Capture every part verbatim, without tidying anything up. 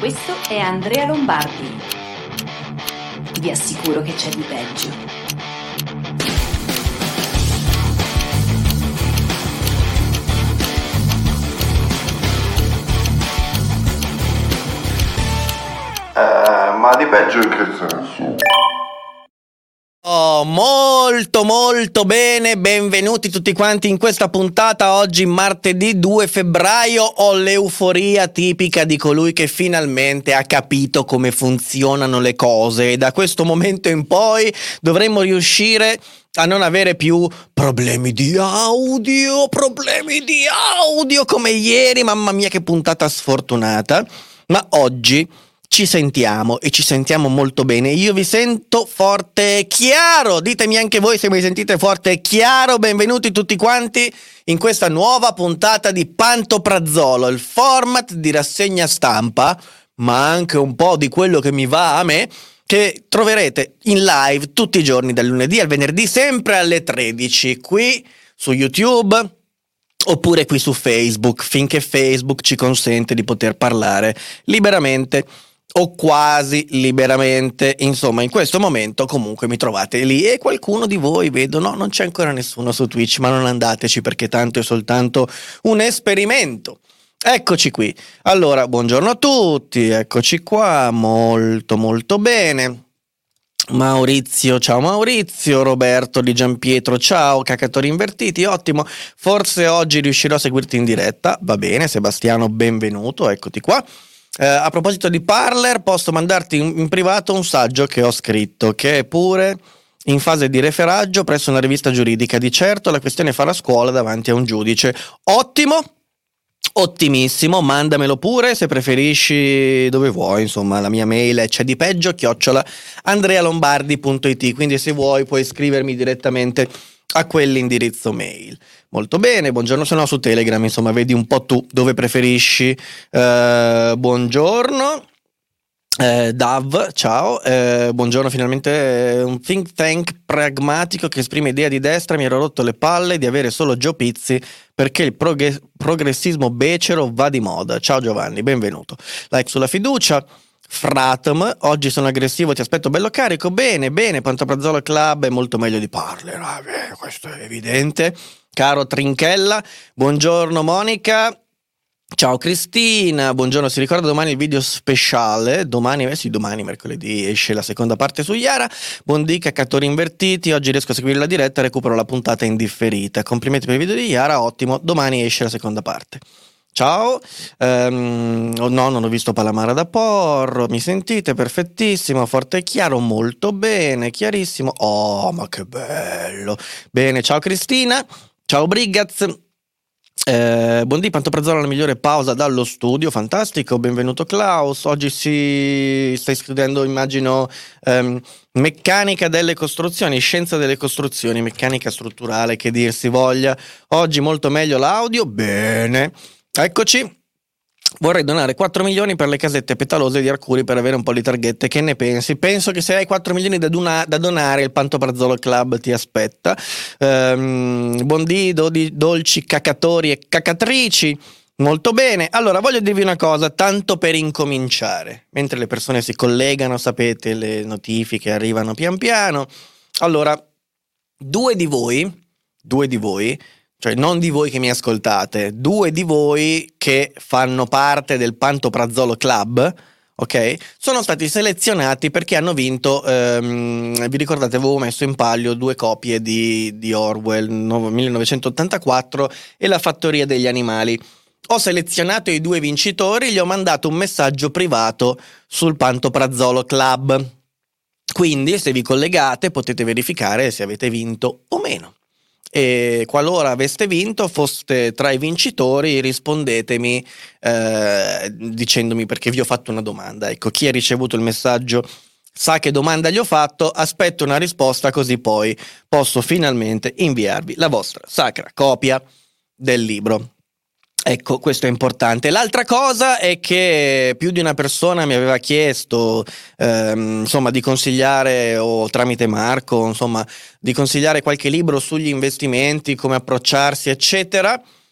Questo è Andrea Lombardi. Vi assicuro che c'è di peggio. Eh, ma di peggio in che senso? Oh, molto molto bene, benvenuti tutti quanti in questa puntata. Oggi martedì due febbraio ho l'euforia tipica di colui che finalmente ha capito come funzionano le cose e da questo momento in poi dovremmo riuscire a non avere più problemi di audio, problemi di audio come ieri. Mamma mia che puntata sfortunata, ma oggi ci sentiamo e ci sentiamo molto bene. Io vi sento forte e chiaro. Ditemi anche voi se mi sentite forte e chiaro. Benvenuti tutti quanti in questa nuova puntata di Pantoprazzolo, il format di rassegna stampa, ma anche un po' di quello che mi va a me, che troverete in live tutti i giorni dal lunedì al venerdì, sempre alle tredici, qui su YouTube oppure qui su Facebook, finché Facebook ci consente di poter parlare liberamente o quasi liberamente. Insomma, in questo momento comunque mi trovate lì e qualcuno di voi vedo, no, non c'è ancora nessuno su Twitch, ma non andateci perché tanto è soltanto un esperimento. Eccoci qui. Allora, buongiorno a tutti, eccoci qua, molto molto bene. Maurizio, ciao Maurizio, Roberto Di Giampietro, ciao, cacatori invertiti, ottimo, forse oggi riuscirò a seguirti in diretta, va bene, Sebastiano, benvenuto, eccoti qua. Eh, a proposito di Parler, posso mandarti in, in privato un saggio che ho scritto, che è pure in fase di referaggio presso una rivista giuridica. Di certo la questione farà scuola davanti a un giudice. Ottimo, ottimissimo, mandamelo pure se preferisci dove vuoi, insomma la mia mail è c'è di peggio chiocciola andrealombardi punto it, quindi se vuoi puoi scrivermi direttamente a quell'indirizzo mail. Molto bene, buongiorno, se no su Telegram, insomma vedi un po' tu dove preferisci. Uh, buongiorno eh, Dav, ciao, eh, buongiorno, finalmente eh, un think tank pragmatico che esprime idea di destra. Mi ero rotto le palle di avere solo Gio Pizzi perché il prog- progressismo becero va di moda. Ciao Giovanni, benvenuto. Like sulla fiducia. Fratum, oggi sono aggressivo, ti aspetto bello carico. Bene, bene, Pantoprazzolo Club è molto meglio di Parler, ah, beh, questo è evidente. Caro Trinchella, buongiorno Monica. Ciao Cristina, buongiorno, si ricorda domani il video speciale, domani, eh sì, domani mercoledì esce la seconda parte su Yara. Buondì, caccatori invertiti, oggi riesco a seguire la diretta e recupero la puntata indifferita. Complimenti per il video di Yara, ottimo, domani esce la seconda parte. Ciao, um, oh no, non ho visto Palamara da Porro, mi sentite? Perfettissimo, forte e chiaro, molto bene, chiarissimo. Oh, ma che bello. Bene, ciao Cristina, ciao Brigaz. Eh, buondì, Pantoprazzolo, la migliore pausa dallo studio, fantastico, benvenuto Klaus. Oggi si stai scrivendo, immagino, ehm, meccanica delle costruzioni, scienza delle costruzioni, meccanica strutturale, che dir si voglia. Oggi molto meglio l'audio, bene. Eccoci, vorrei donare quattro milioni per le casette petalose di Arcuri per avere un po' di targhette. Che ne pensi? Penso che se hai quattro milioni da, duna- da donare il Pantoprazzolo Club ti aspetta. Ehm, buondì, dodi- dolci cacatori e cacatrici, molto bene. Allora voglio dirvi una cosa, tanto per incominciare, mentre le persone si collegano, sapete, le notifiche arrivano pian piano. Allora, due di voi, due di voi cioè non di voi che mi ascoltate, due di voi che fanno parte del Pantoprazzolo Club, ok? Sono stati selezionati perché hanno vinto, ehm, vi ricordate, avevo messo in palio due copie di, di Orwell, millenovecentottantaquattro e La fattoria degli animali. Ho selezionato i due vincitori, gli ho mandato un messaggio privato sul Pantoprazzolo Club. Quindi se vi collegate potete verificare se avete vinto o meno. E qualora aveste vinto, foste tra i vincitori, rispondetemi eh, dicendomi perché vi ho fatto una domanda. Ecco, chi ha ricevuto il messaggio sa che domanda gli ho fatto, aspetto una risposta così poi posso finalmente inviarvi la vostra sacra copia del libro. Ecco, questo è importante. L'altra cosa è che più di una persona mi aveva chiesto, ehm, insomma, di consigliare, o tramite Marco, insomma, di consigliare qualche libro sugli investimenti, come approcciarsi, eccetera.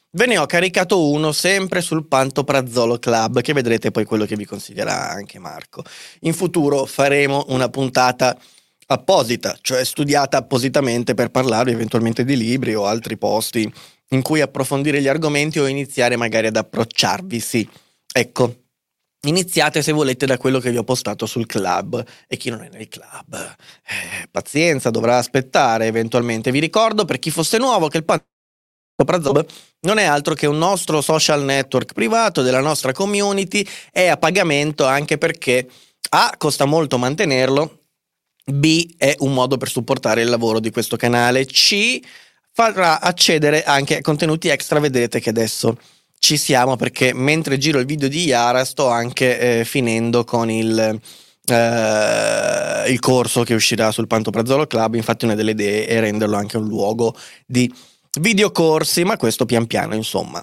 Ve ne ho caricato uno sempre sul Pantoprazolo Club, che vedrete poi quello che vi consiglierà anche Marco. In futuro faremo una puntata apposita, cioè studiata appositamente per parlarvi eventualmente di libri o altri posti in cui approfondire gli argomenti o iniziare magari ad approcciarvi, sì. Ecco, iniziate se volete da quello che vi ho postato sul club, e chi non è nel club, eh, pazienza, dovrà aspettare eventualmente. Vi ricordo, per chi fosse nuovo, che il Pantoprazolo non è altro che un nostro social network privato della nostra community, è a pagamento anche perché A, costa molto mantenerlo, B, è un modo per supportare il lavoro di questo canale, C, farà accedere anche a contenuti extra. Vedete che adesso ci siamo, perché mentre giro il video di Yara sto anche eh, finendo con il, eh, il corso che uscirà sul Pantoprazolo Club. Infatti una delle idee è renderlo anche un luogo di videocorsi, ma questo pian piano, insomma,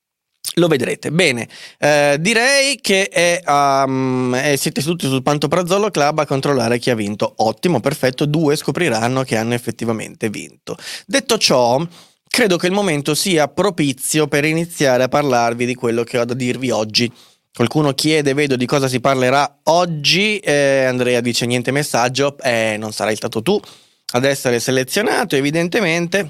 lo vedrete. Bene, eh, direi che è, um, è, siete tutti sul Pantoprazolo Club a controllare chi ha vinto. Ottimo, perfetto, due scopriranno che hanno effettivamente vinto. Detto ciò, credo che il momento sia propizio per iniziare a parlarvi di quello che ho da dirvi oggi. Qualcuno chiede, vedo, di cosa si parlerà oggi. eh, Andrea dice niente messaggio. Eh, non sarai stato tu ad essere selezionato, evidentemente.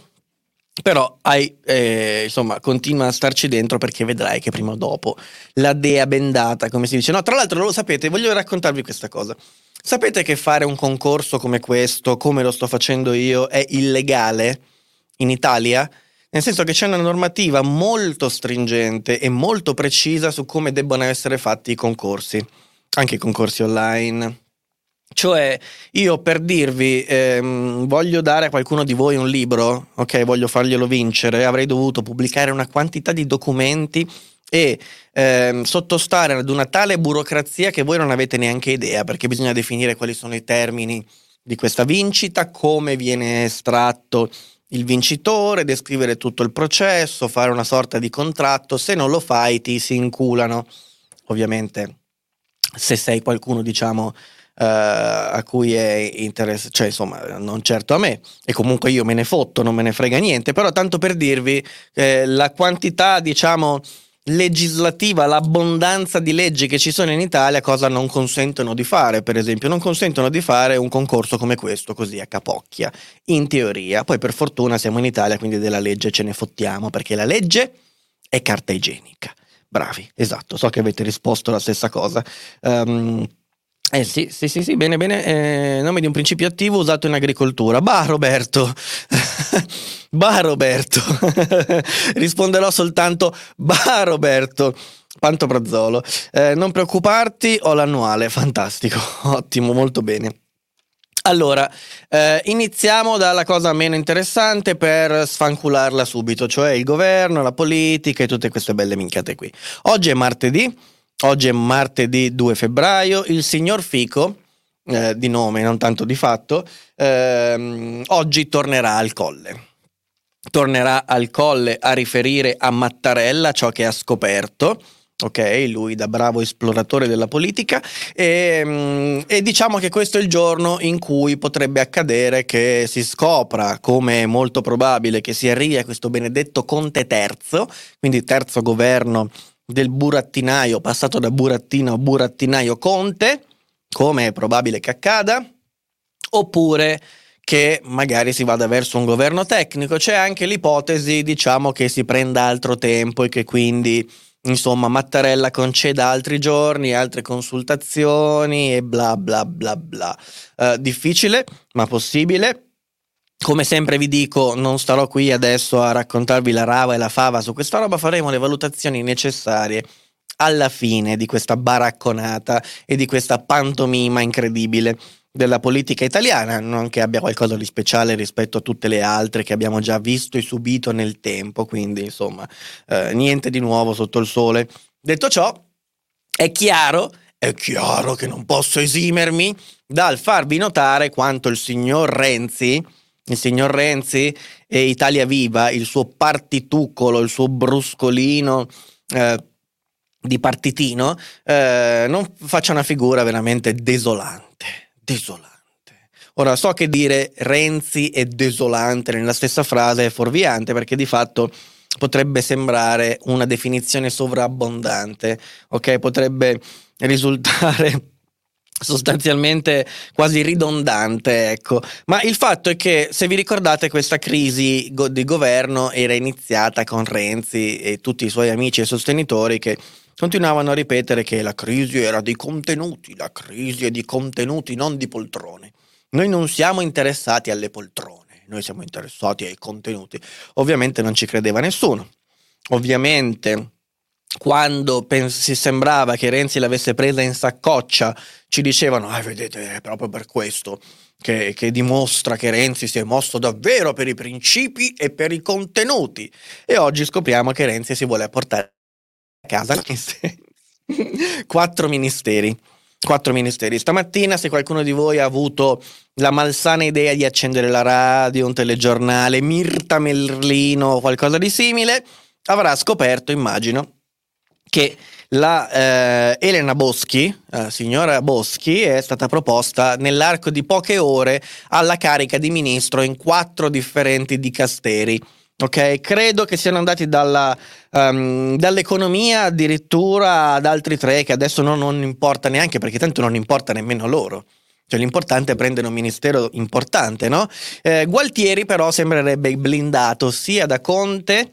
Però hai, eh, insomma, continua a starci dentro, perché vedrai che prima o dopo la dea bendata, come si dice. No, tra l'altro, non lo sapete, voglio raccontarvi questa cosa. Sapete che fare un concorso come questo, come lo sto facendo io, è illegale in Italia? Nel senso che c'è una normativa molto stringente e molto precisa su come debbono essere fatti i concorsi, anche i concorsi online. Cioè, io, per dirvi, ehm, voglio dare a qualcuno di voi un libro, ok, voglio farglielo vincere, avrei dovuto pubblicare una quantità di documenti e ehm, sottostare ad una tale burocrazia che voi non avete neanche idea, perché bisogna definire quali sono i termini di questa vincita, come viene estratto il vincitore, descrivere tutto il processo, fare una sorta di contratto. Se non lo fai ti si inculano. Ovviamente, se sei qualcuno, diciamo, Uh, a cui è interesse, cioè insomma, non certo a me, e comunque io me ne fotto, non me ne frega niente. Però tanto per dirvi eh, la quantità, diciamo, legislativa, l'abbondanza di leggi che ci sono in Italia, cosa non consentono di fare. Per esempio, non consentono di fare un concorso come questo così a capocchia, in teoria. Poi per fortuna siamo in Italia, quindi della legge ce ne fottiamo, perché la legge è carta igienica. Bravi, esatto, so che avete risposto la stessa cosa. um, Eh sì, sì, sì, sì, bene, bene. Eh, nome di un principio attivo usato in agricoltura. Bah, Roberto. Bah, Roberto. Risponderò soltanto bah, Roberto. Pantoprazolo. Eh, non preoccuparti, ho l'annuale. Fantastico, ottimo, molto bene. Allora, eh, iniziamo dalla cosa meno interessante per sfancularla subito, cioè il governo, la politica e tutte queste belle minchiate qui. Oggi è martedì. Oggi è martedì due febbraio, il signor Fico, eh, di nome, non tanto di fatto, ehm, oggi tornerà al Colle. Tornerà al Colle a riferire a Mattarella ciò che ha scoperto, ok? Lui, da bravo esploratore della politica, e, e diciamo che questo è il giorno in cui potrebbe accadere che si scopra, come è molto probabile, che si arrivi a questo benedetto Conte terzo, quindi terzo governo del burattinaio, passato da burattino a burattinaio Conte, come è probabile che accada, oppure che magari si vada verso un governo tecnico. C'è anche l'ipotesi, diciamo, che si prenda altro tempo e che quindi, insomma, Mattarella conceda altri giorni, altre consultazioni e bla bla bla bla. Uh, difficile, ma possibile. Come sempre vi dico, non starò qui adesso a raccontarvi la rava e la fava su questa roba, faremo le valutazioni necessarie alla fine di questa baracconata e di questa pantomima incredibile della politica italiana, non che abbia qualcosa di speciale rispetto a tutte le altre che abbiamo già visto e subito nel tempo, quindi insomma, eh, niente di nuovo sotto il sole. Detto ciò, è chiaro, è chiaro che non posso esimermi dal farvi notare quanto il signor Renzi, il signor Renzi e Italia Viva, il suo partituccolo, il suo bruscolino eh, di partitino, eh, non faccia una figura veramente desolante, desolante. Ora, so che dire Renzi è desolante nella stessa frase è fuorviante, perché di fatto potrebbe sembrare una definizione sovrabbondante, ok? Potrebbe risultare sostanzialmente quasi ridondante, ecco. Ma il fatto è che, se vi ricordate, questa crisi go- di governo era iniziata con Renzi e tutti i suoi amici e sostenitori che continuavano a ripetere che la crisi era di contenuti, la crisi è di contenuti, non di poltrone. Noi non siamo interessati alle poltrone, noi siamo interessati ai contenuti. Ovviamente non ci credeva nessuno. Ovviamente, quando pens- si sembrava che Renzi l'avesse presa in saccoccia, ci dicevano: ah, vedete, è proprio per questo che, che dimostra che Renzi si è mosso davvero per i principi e per i contenuti. E oggi scopriamo che Renzi si vuole portare a casa quattro ministeri. Quattro ministeri. Stamattina, se qualcuno di voi ha avuto la malsana idea di accendere la radio, un telegiornale, Mirta Merlino o qualcosa di simile, avrà scoperto, immagino, che la eh, Elena Boschi, eh, signora Boschi, è stata proposta nell'arco di poche ore alla carica di ministro in quattro differenti dicasteri. Ok, credo che siano andati dalla, um, dall'economia addirittura ad altri tre che adesso non, non importa neanche, perché tanto non importa nemmeno loro. Cioè, l'importante è prendere un ministero importante, no? Eh, Gualtieri però sembrerebbe blindato sia da Conte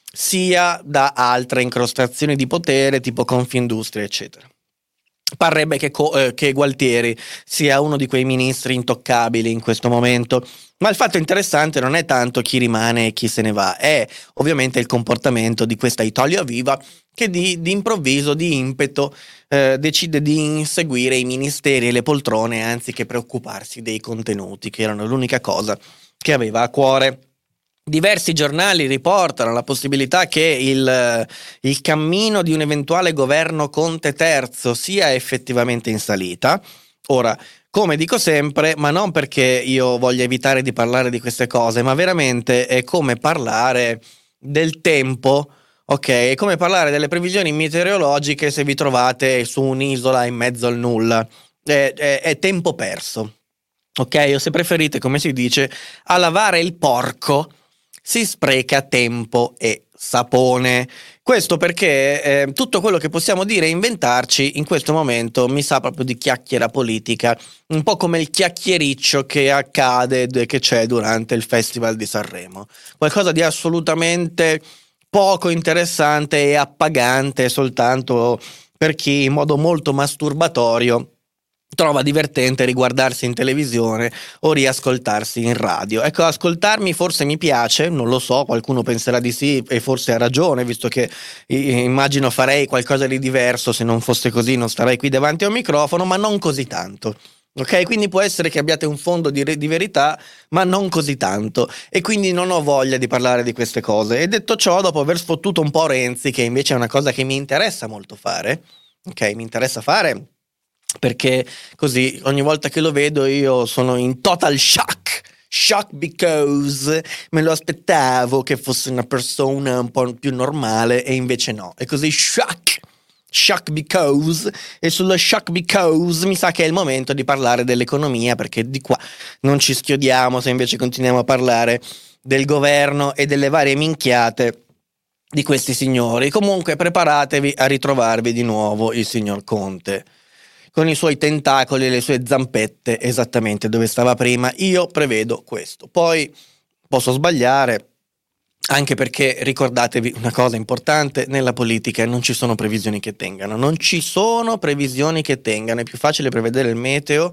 sia da altre incrostazioni di potere tipo Confindustria, eccetera. Parrebbe che, eh, che Gualtieri sia uno di quei ministri intoccabili in questo momento, ma il fatto interessante non è tanto chi rimane e chi se ne va, è ovviamente il comportamento di questa Italia Viva che di, di improvviso, di impeto, eh, decide di inseguire i ministeri e le poltrone anziché preoccuparsi dei contenuti, che erano l'unica cosa che aveva a cuore. Diversi giornali riportano la possibilità che il, il cammino di un eventuale governo Conte terzo sia effettivamente in salita. Ora, come dico sempre, ma non perché io voglia evitare di parlare di queste cose, ma veramente è come parlare del tempo, ok? È come parlare delle previsioni meteorologiche se vi trovate su un'isola in mezzo al nulla. È, è, è tempo perso, ok? O se preferite, come si dice, a lavare il porco si spreca tempo e sapone. Questo perché eh, tutto quello che possiamo dire e inventarci in questo momento mi sa proprio di chiacchiera politica, un po' come il chiacchiericcio che accade, che c'è durante il Festival di Sanremo. Qualcosa di assolutamente poco interessante e appagante soltanto per chi in modo molto masturbatorio trova divertente riguardarsi in televisione o riascoltarsi in radio. Ecco, ascoltarmi forse mi piace, non lo so, qualcuno penserà di sì e forse ha ragione, visto che immagino farei qualcosa di diverso se non fosse così, non starei qui davanti a un microfono, ma non così tanto. Ok, quindi può essere che abbiate un fondo di, di verità, ma non così tanto, e quindi non ho voglia di parlare di queste cose. E detto ciò, dopo aver sfottuto un po' Renzi, che invece è una cosa che mi interessa molto fare, ok, mi interessa fare perché così ogni volta che lo vedo io sono in total shock. Shock because me lo aspettavo che fosse una persona un po' più normale e invece no. E così shock. Shock because. E sullo shock because mi sa che è il momento di parlare dell'economia, perché di qua non ci schiodiamo se invece continuiamo a parlare del governo e delle varie minchiate di questi signori. Comunque preparatevi a ritrovarvi di nuovo il signor Conte con i suoi tentacoli e le sue zampette esattamente dove stava prima. Io prevedo questo. Poi posso sbagliare, anche perché ricordatevi una cosa importante: nella politica non ci sono previsioni che tengano, non ci sono previsioni che tengano. È più facile prevedere il meteo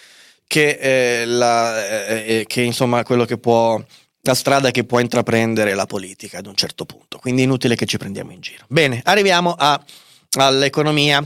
che, eh, la, eh, che insomma quello che può, la strada che può intraprendere la politica ad un certo punto. Quindi inutile che ci prendiamo in giro. Bene, arriviamo a, all'economia.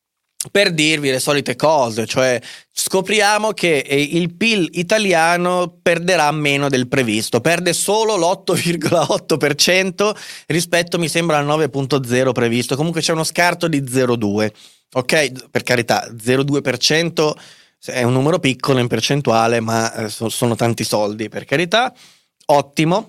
Per dirvi le solite cose, cioè scopriamo che il P I L italiano perderà meno del previsto, perde solo l'otto virgola otto per cento rispetto, mi sembra, al nove virgola zero previsto. Comunque c'è uno scarto di zero virgola due, ok? Per carità, zero virgola due per cento è un numero piccolo in percentuale, ma sono tanti soldi, per carità, ottimo.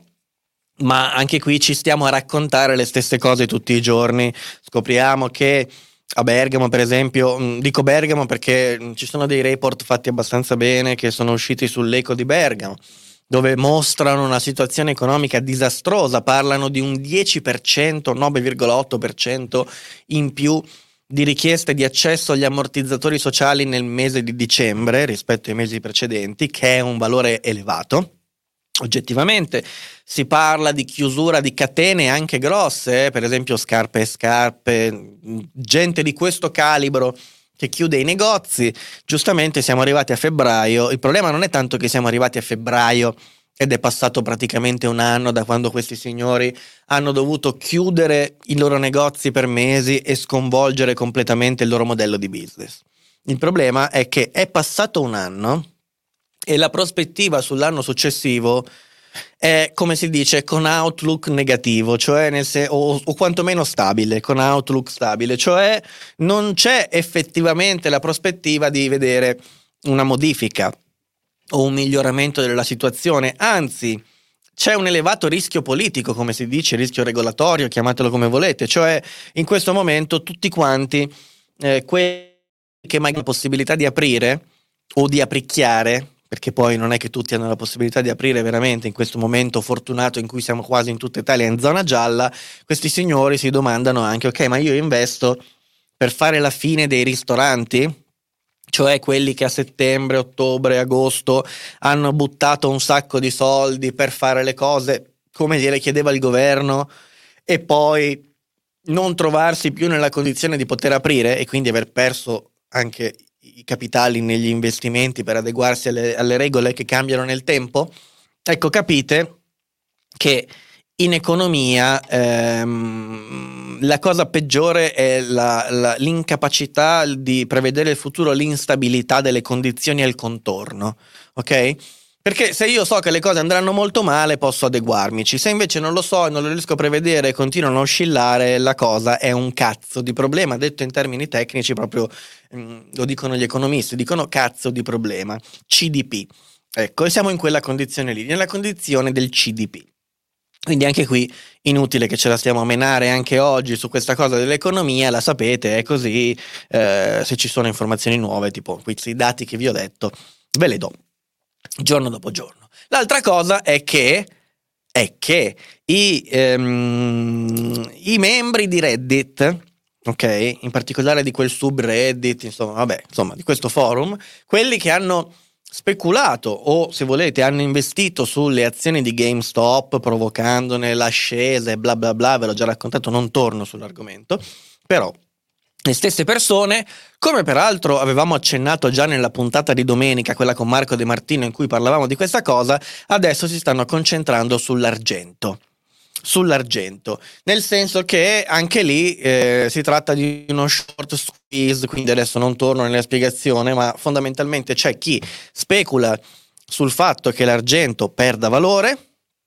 Ma anche qui ci stiamo a raccontare le stesse cose tutti i giorni. Scopriamo che a Bergamo, per esempio, dico Bergamo perché ci sono dei report fatti abbastanza bene che sono usciti sull'Eco di Bergamo, dove mostrano una situazione economica disastrosa, parlano di un dieci per cento, nove virgola otto per cento in più di richieste di accesso agli ammortizzatori sociali nel mese di dicembre rispetto ai mesi precedenti, che è un valore elevato. Oggettivamente si parla di chiusura di catene anche grosse, eh? Per esempio scarpe e scarpe, gente di questo calibro che chiude i negozi. Giustamente siamo arrivati a febbraio, il problema non è tanto che siamo arrivati a febbraio ed è passato praticamente un anno da quando questi signori hanno dovuto chiudere i loro negozi per mesi e sconvolgere completamente il loro modello di business. Il problema è che è passato un anno e la prospettiva sull'anno successivo è, come si dice, con outlook negativo, cioè nel se- o, o quantomeno stabile, con outlook stabile, cioè non c'è effettivamente la prospettiva di vedere una modifica o un miglioramento della situazione, anzi c'è un elevato rischio politico, come si dice, rischio regolatorio, chiamatelo come volete, cioè in questo momento tutti quanti eh, quelli che magari hanno la possibilità di aprire o di apricchiare, perché poi non è che tutti hanno la possibilità di aprire veramente in questo momento fortunato in cui siamo quasi in tutta Italia in zona gialla, questi signori si domandano anche, ok, ma io investo per fare la fine dei ristoranti? Cioè quelli che a settembre, ottobre, agosto hanno buttato un sacco di soldi per fare le cose come gliele chiedeva il governo e poi non trovarsi più nella condizione di poter aprire e quindi aver perso anche i capitali negli investimenti per adeguarsi alle, alle regole che cambiano nel tempo. Ecco, capite che in economia ehm, la cosa peggiore è la, la, l'incapacità di prevedere il futuro, l'instabilità delle condizioni e il contorno, ok? Perché se io so che le cose andranno molto male posso adeguarmici, se invece non lo so e non lo riesco a prevedere e continuano a oscillare, la cosa è un cazzo di problema, detto in termini tecnici proprio, mh, lo dicono gli economisti, dicono cazzo di problema, C D P. Ecco, e siamo in quella condizione lì, nella condizione del C D P. Quindi anche qui inutile che ce la stiamo a menare anche oggi su questa cosa dell'economia, la sapete, è così, eh, se ci sono informazioni nuove, tipo questi dati che vi ho detto, ve le do giorno dopo giorno. L'altra cosa è che, è che i, ehm, i membri di Reddit, ok, in particolare di quel subreddit, insomma, vabbè, insomma, di questo forum, quelli che hanno speculato o, se volete, hanno investito sulle azioni di GameStop provocandone l'ascesa e bla bla bla, ve l'ho già raccontato, non torno sull'argomento, però le stesse persone, come peraltro avevamo accennato già nella puntata di domenica, quella con Marco De Martino in cui parlavamo di questa cosa, adesso si stanno concentrando sull'argento. Sull'argento, nel senso che anche lì eh, si tratta di uno short squeeze, quindi adesso non torno nella spiegazione, ma fondamentalmente c'è chi specula sul fatto che l'argento perda valore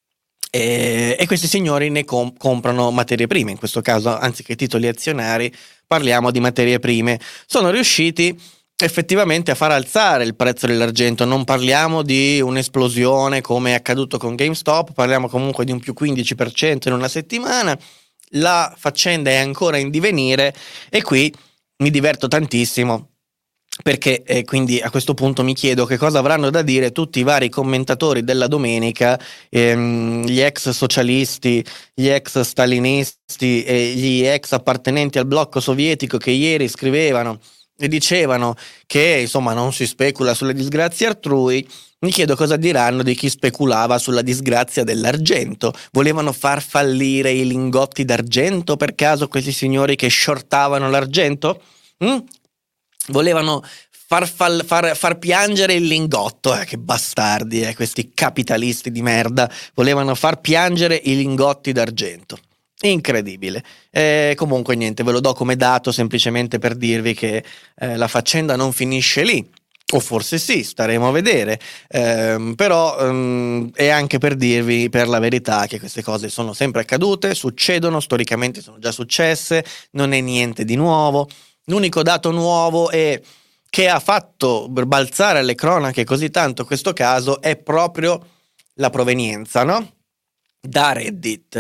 e, e questi signori ne com- comprano materie prime, in questo caso anziché titoli azionari parliamo di materie prime. Sono riusciti effettivamente a far alzare il prezzo dell'argento, non parliamo di un'esplosione come è accaduto con GameStop, parliamo comunque di un più quindici per cento in una settimana. La faccenda è ancora in divenire e qui mi diverto tantissimo perché eh, quindi a questo punto mi chiedo che cosa avranno da dire tutti i vari commentatori della domenica, ehm, gli ex socialisti, gli ex stalinisti e gli ex appartenenti al blocco sovietico che ieri scrivevano e dicevano che insomma non si specula sulle disgrazie altrui. Mi chiedo cosa diranno di chi speculava sulla disgrazia dell'argento. Volevano far fallire i lingotti d'argento per caso questi signori che shortavano l'argento? Mm? Volevano far, far, far, far piangere il lingotto, eh, che bastardi, eh, questi capitalisti di merda, volevano far piangere i lingotti d'argento. Incredibile. Eh, comunque niente, ve lo do come dato semplicemente per dirvi che eh, la faccenda non finisce lì, o forse sì, staremo a vedere, eh, però ehm, è anche per dirvi per la verità che queste cose sono sempre accadute, succedono, storicamente sono già successe, non è niente di nuovo. L'unico dato nuovo è che ha fatto balzare alle cronache così tanto questo caso è proprio la provenienza, no? Da Reddit.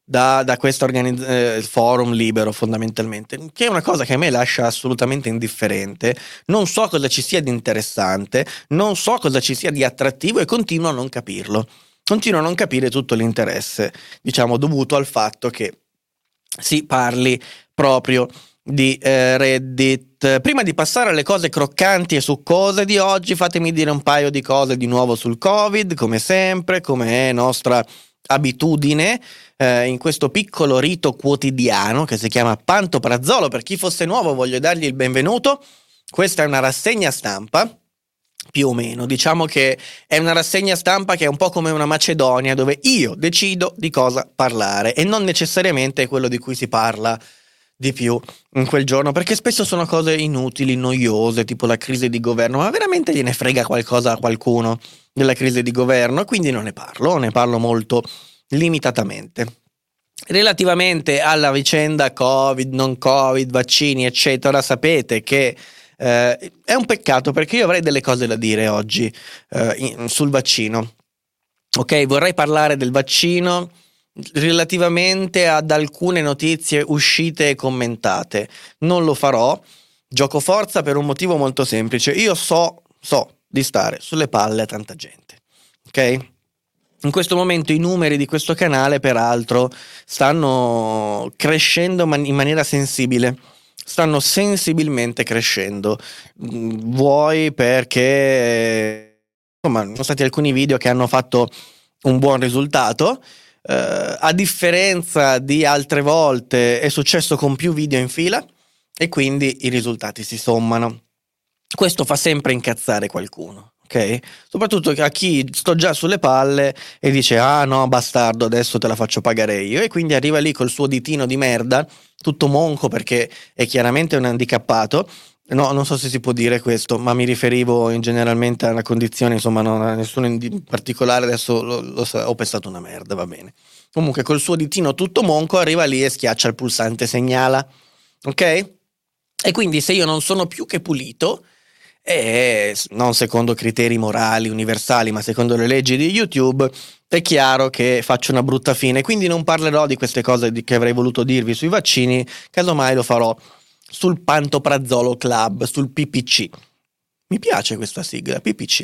da, da questo organizz- eh, forum libero, fondamentalmente, che è una cosa che a me lascia assolutamente indifferente. Non so cosa ci sia di interessante, non so cosa ci sia di attrattivo e continuo a non capirlo. Continuo a non capire tutto l'interesse, diciamo, dovuto al fatto che si parli proprio di eh, Reddit. Prima di passare alle cose croccanti e succose di oggi, fatemi dire un paio di cose di nuovo sul Covid, come sempre, come è nostra abitudine, eh, in questo piccolo rito quotidiano che si chiama Pantoprazolo. Per chi fosse nuovo voglio dargli il benvenuto. Questa è una rassegna stampa, più o meno, diciamo che è una rassegna stampa che è un po' come una Macedonia, dove io decido di cosa parlare e non necessariamente quello di cui si parla di più in quel giorno, perché spesso sono cose inutili, noiose, tipo la crisi di governo, ma veramente gliene frega qualcosa a qualcuno della crisi di governo, quindi non ne parlo, ne parlo molto limitatamente. Relativamente alla vicenda Covid, non Covid, vaccini, eccetera, sapete che eh, è un peccato, perché io avrei delle cose da dire oggi eh, in, sul vaccino. Ok, vorrei parlare del vaccino relativamente ad alcune notizie uscite e commentate. Non lo farò, gioco forza per un motivo molto semplice. Io so, so di stare sulle palle a tanta gente, ok? In questo momento i numeri di questo canale, peraltro, stanno crescendo in maniera sensibile. Stanno sensibilmente crescendo. Vuoi perché, insomma, sono stati alcuni video che hanno fatto un buon risultato. Uh, a differenza di altre volte è successo con più video in fila e quindi i risultati si sommano. Questo fa sempre incazzare qualcuno, ok? Soprattutto a chi sto già sulle palle e dice ah no bastardo adesso te la faccio pagare io, e quindi arriva lì col suo ditino di merda tutto monco, perché è chiaramente un handicappato. No, non so se si può dire questo, ma mi riferivo in generalmente a una condizione, insomma, non a nessuno in particolare, adesso lo, lo so, ho pensato una merda, va bene. Comunque col suo ditino tutto monco arriva lì e schiaccia il pulsante segnala, ok? E quindi se io non sono più che pulito, e non secondo criteri morali universali, ma secondo le leggi di YouTube, è chiaro che faccio una brutta fine. Quindi non parlerò di queste cose che avrei voluto dirvi sui vaccini, casomai lo farò sul Pantoprazolo Club, sul P P C. Mi piace questa sigla, P P C.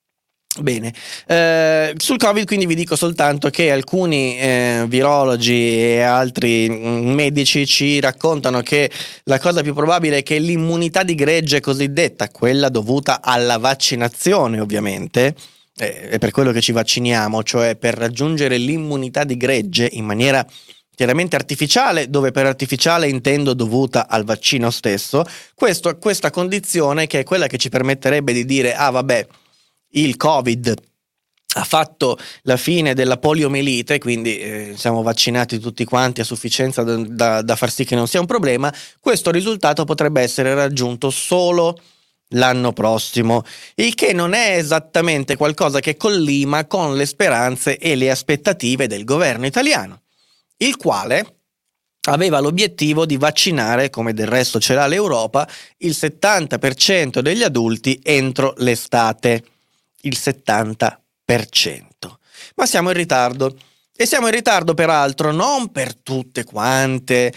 Bene, eh, sul Covid quindi vi dico soltanto che alcuni eh, virologi e altri mh, medici ci raccontano che la cosa più probabile è che l'immunità di gregge cosiddetta, quella dovuta alla vaccinazione ovviamente, eh, è per quello che ci vacciniamo, cioè per raggiungere l'immunità di gregge in maniera chiaramente artificiale, dove per artificiale intendo dovuta al vaccino stesso, questo, questa condizione che è quella che ci permetterebbe di dire ah vabbè, il Covid ha fatto la fine della poliomielite, quindi eh, siamo vaccinati tutti quanti a sufficienza da, da, da far sì che non sia un problema. Questo risultato potrebbe essere raggiunto solo l'anno prossimo, il che non è esattamente qualcosa che collima con le speranze e le aspettative del governo italiano, il quale aveva l'obiettivo di vaccinare, come del resto ce l'ha l'Europa, il settanta per cento degli adulti entro l'estate. Il settanta per cento. Ma siamo in ritardo. E siamo in ritardo peraltro non per tutte quante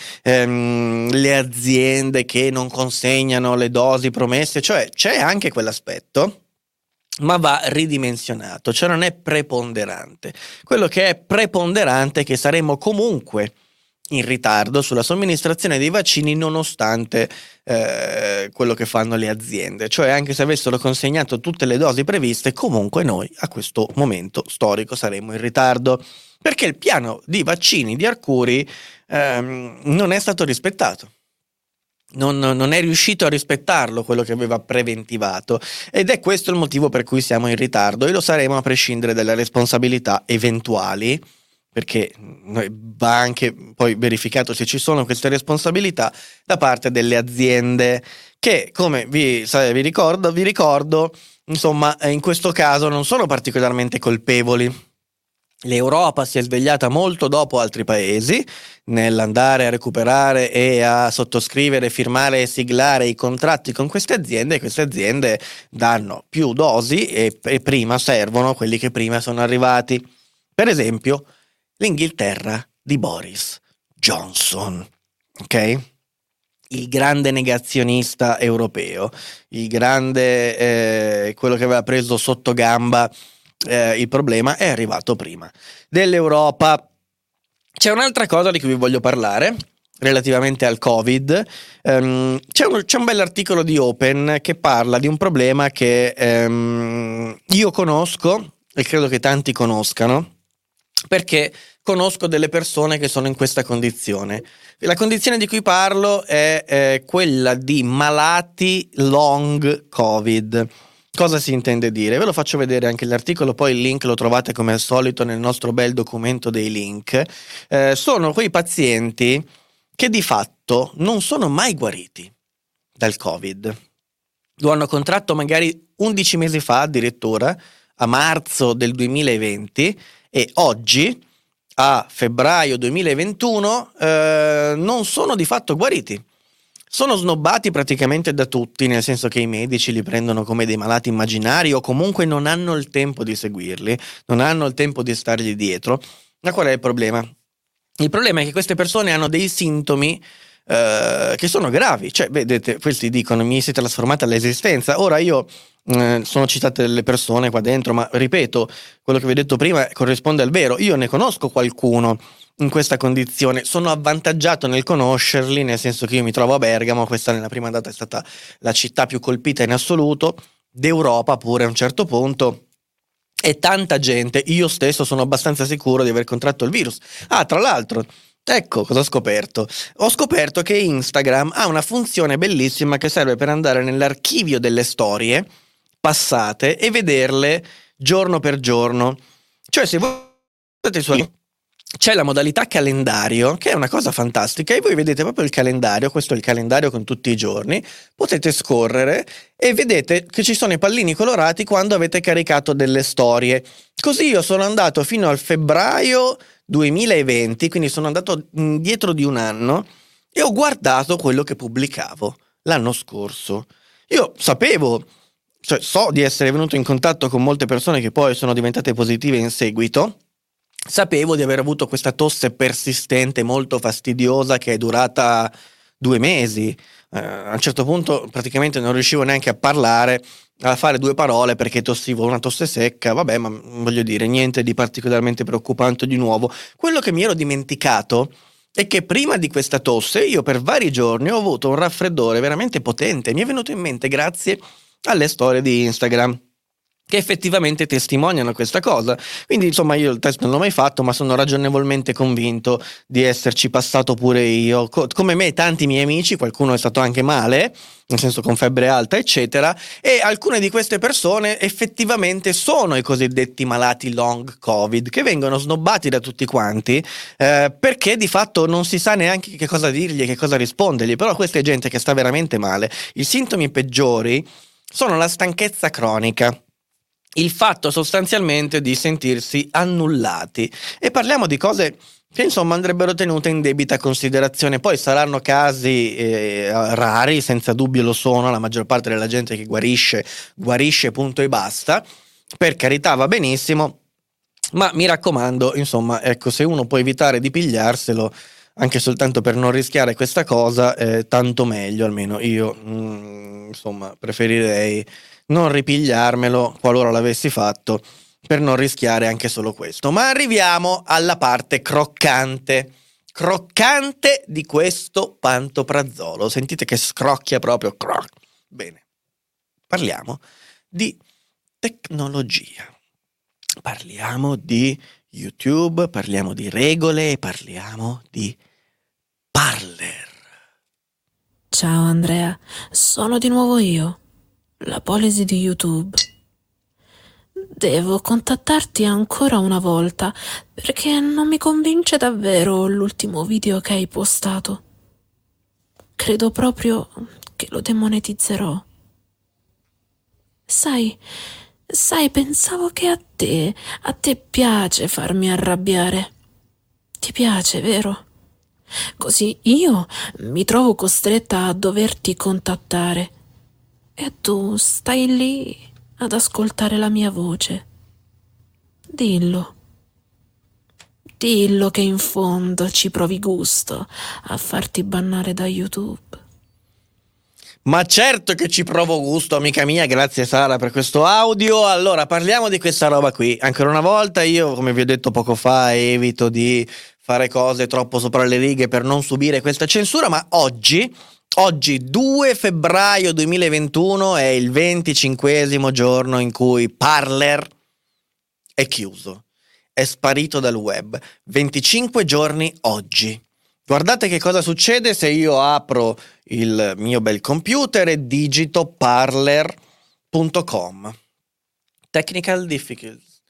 ehm, le aziende che non consegnano le dosi promesse, cioè c'è anche quell'aspetto, ma va ridimensionato, cioè non è preponderante. Quello che è preponderante è che saremo comunque in ritardo sulla somministrazione dei vaccini nonostante eh, quello che fanno le aziende, cioè anche se avessero consegnato tutte le dosi previste, comunque noi a questo momento storico saremo in ritardo, perché il piano di vaccini di Arcuri ehm, non è stato rispettato. Non, non è riuscito a rispettarlo, quello che aveva preventivato, ed è questo il motivo per cui siamo in ritardo, e lo saremo a prescindere dalle responsabilità eventuali, perché va anche poi verificato se ci sono queste responsabilità da parte delle aziende che, come vi, vi ricordo, vi ricordo, insomma, in questo caso non sono particolarmente colpevoli. L'Europa si è svegliata molto dopo altri paesi nell'andare a recuperare e a sottoscrivere, firmare e siglare i contratti con queste aziende, e queste aziende danno più dosi e, e prima servono quelli che prima sono arrivati. Per esempio, l'Inghilterra di Boris Johnson, ok? Il grande negazionista europeo, il grande, eh, quello che aveva preso sotto gamba eh, il problema, è arrivato prima dell'Europa. C'è un'altra cosa di cui vi voglio parlare relativamente al Covid. Um, c'è, un, c'è un bell'articolo di Open che parla di un problema che um, io conosco e credo che tanti conoscano, perché conosco delle persone che sono in questa condizione. La condizione di cui parlo è eh, quella di malati long Covid. Cosa si intende dire? Ve lo faccio vedere anche l'articolo, poi il link lo trovate come al solito nel nostro bel documento dei link. Eh, sono quei pazienti che di fatto non sono mai guariti dal Covid. Lo hanno contratto magari undici mesi fa addirittura, a marzo del duemilaventi, e oggi, a febbraio duemilaventuno, eh, non sono di fatto guariti. Sono snobbati praticamente da tutti, nel senso che i medici li prendono come dei malati immaginari o comunque non hanno il tempo di seguirli, non hanno il tempo di stargli dietro. Ma qual è il problema? Il problema è che queste persone hanno dei sintomi eh, che sono gravi. Cioè, vedete, questi dicono mi si è trasformata l'esistenza. Ora io eh, sono citate delle persone qua dentro, ma ripeto, quello che vi ho detto prima corrisponde al vero. Io ne conosco qualcuno in questa condizione, sono avvantaggiato nel conoscerli, nel senso che io mi trovo a Bergamo, questa nella prima data è stata la città più colpita in assoluto, d'Europa pure a un certo punto, e tanta gente, io stesso sono abbastanza sicuro di aver contratto il virus. Ah, tra l'altro, ecco cosa ho scoperto. Ho scoperto che Instagram ha una funzione bellissima che serve per andare nell'archivio delle storie passate e vederle giorno per giorno. Cioè, se voi i suoi c'è la modalità calendario, che è una cosa fantastica, e voi vedete proprio il calendario. Questo è il calendario con tutti i giorni, potete scorrere e vedete che ci sono i pallini colorati quando avete caricato delle storie. Così io sono andato fino al febbraio duemilaventi, quindi sono andato indietro di un anno e ho guardato quello che pubblicavo l'anno scorso. Io sapevo, cioè so di essere venuto in contatto con molte persone che poi sono diventate positive in seguito. Sapevo di aver avuto questa tosse persistente, molto fastidiosa, che è durata due mesi. Eh, a un certo punto praticamente non riuscivo neanche a parlare, a fare due parole perché tossivo, una tosse secca. Vabbè, ma voglio dire, niente di particolarmente preoccupante di nuovo. Quello che mi ero dimenticato è che prima di questa tosse io per vari giorni ho avuto un raffreddore veramente potente. Mi è venuto in mente grazie alle storie di Instagram, che effettivamente testimoniano questa cosa. Quindi insomma io il test non l'ho mai fatto, ma sono ragionevolmente convinto di esserci passato pure io. Co- come me tanti miei amici, qualcuno è stato anche male, nel senso con febbre alta eccetera, e alcune di queste persone effettivamente sono i cosiddetti malati long Covid, che vengono snobbati da tutti quanti eh, perché di fatto non si sa neanche che cosa dirgli e che cosa rispondergli. Però questa è gente che sta veramente male. I sintomi peggiori sono la stanchezza cronica, il fatto sostanzialmente di sentirsi annullati, e parliamo di cose che insomma andrebbero tenute in debita considerazione. Poi saranno casi eh, rari, senza dubbio lo sono, la maggior parte della gente che guarisce guarisce punto e basta, per carità, va benissimo, ma mi raccomando, insomma, ecco, se uno può evitare di pigliarselo anche soltanto per non rischiare questa cosa, eh, tanto meglio. Almeno io mm, insomma preferirei non ripigliarmelo qualora l'avessi fatto, per non rischiare anche solo questo. Ma arriviamo alla parte croccante croccante di questo pantoprazolo. Sentite che scrocchia proprio. Croc. Bene, parliamo di tecnologia, parliamo di YouTube, parliamo di regole e parliamo di Parler. Ciao Andrea, sono di nuovo io, la policy di YouTube. Devo contattarti ancora una volta perché non mi convince davvero l'ultimo video che hai postato. Credo proprio che lo demonetizzerò. Sai, sai, pensavo che a te, a te piace farmi arrabbiare. Ti piace, vero? Così io mi trovo costretta a doverti contattare e tu stai lì ad ascoltare la mia voce. Dillo. Dillo che in fondo ci provi gusto a farti bannare da YouTube. Ma certo che ci provo gusto, amica mia, grazie Sara per questo audio. Allora, parliamo di questa roba qui. Ancora una volta io, come vi ho detto poco fa, evito di fare cose troppo sopra le righe per non subire questa censura, ma oggi, oggi due febbraio duemilaventuno è il venticinquesimo giorno in cui Parler è chiuso, è sparito dal web. venticinque giorni oggi. Guardate che cosa succede se io apro il mio bel computer e digito parler punto com. Technical difficulties.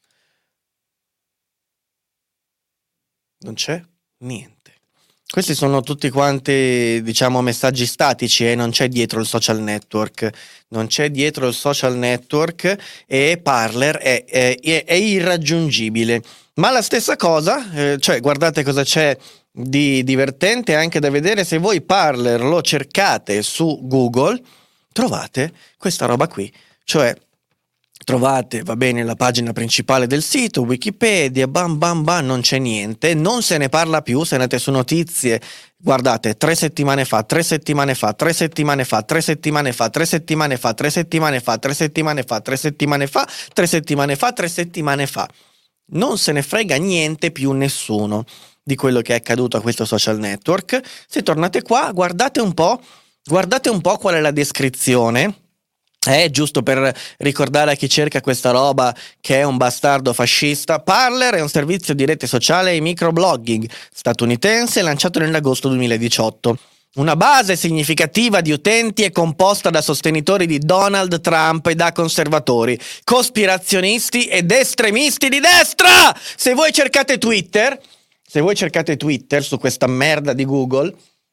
Non c'è niente. Questi sono tutti quanti, diciamo, messaggi statici e eh? non c'è dietro il social network. Non c'è dietro il social network e Parler è, è, è irraggiungibile. Ma la stessa cosa, eh, cioè guardate cosa c'è di divertente anche da vedere. Se voi Parler lo cercate su Google, trovate questa roba qui, cioè trovate, va bene, la pagina principale del sito, Wikipedia, bam bam bam, non c'è niente, non se ne parla più. Se andate su notizie, guardate, tre settimane fa, tre settimane fa, tre settimane fa, tre settimane fa, tre settimane fa, tre settimane fa, tre settimane fa, tre settimane fa, tre settimane fa, tre settimane fa. Non se ne frega niente più nessuno di quello che è accaduto a questo social network. Se tornate qua, guardate un po', guardate un po' qual è la descrizione. È giusto per ricordare a chi cerca questa roba che è un bastardo fascista. Parler è un servizio di rete sociale e microblogging statunitense lanciato nell'agosto duemiladiciotto. Una base significativa di utenti è composta da sostenitori di Donald Trump e da conservatori, cospirazionisti ed estremisti di destra. Se voi cercate Twitter, se voi cercate Twitter su questa merda di Google,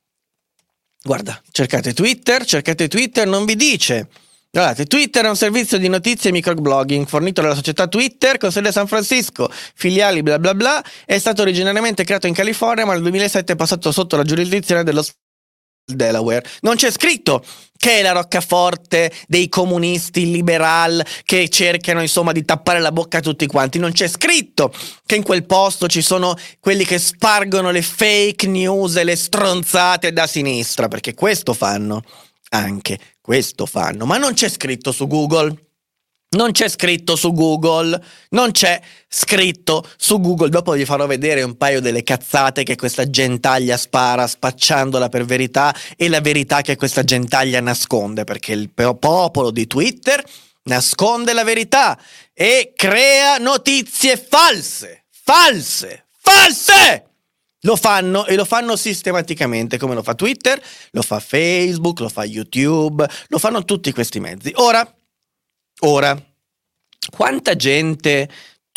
guarda, cercate Twitter, cercate Twitter, non vi dice. Guardate, Twitter è un servizio di notizie e microblogging fornito dalla società Twitter con sede a San Francisco, filiali bla bla bla. È stato originariamente creato in California, ma nel duemilasette è passato sotto la giurisdizione dello Delaware. Non c'è scritto che è la roccaforte dei comunisti liberal che cercano insomma di tappare la bocca a tutti quanti. Non c'è scritto che in quel posto ci sono quelli che spargono le fake news e le stronzate da sinistra, perché questo fanno, anche questo fanno, ma non c'è scritto su Google. Non c'è scritto su Google, non c'è scritto su Google. Dopo vi farò vedere un paio delle cazzate che questa gentaglia spara spacciandola per verità e la verità che questa gentaglia nasconde, perché il popolo di Twitter nasconde la verità e crea notizie false, false, false! Lo fanno e lo fanno sistematicamente, come lo fa Twitter, lo fa Facebook, lo fa YouTube, lo fanno tutti questi mezzi. Ora... Ora, quanta gente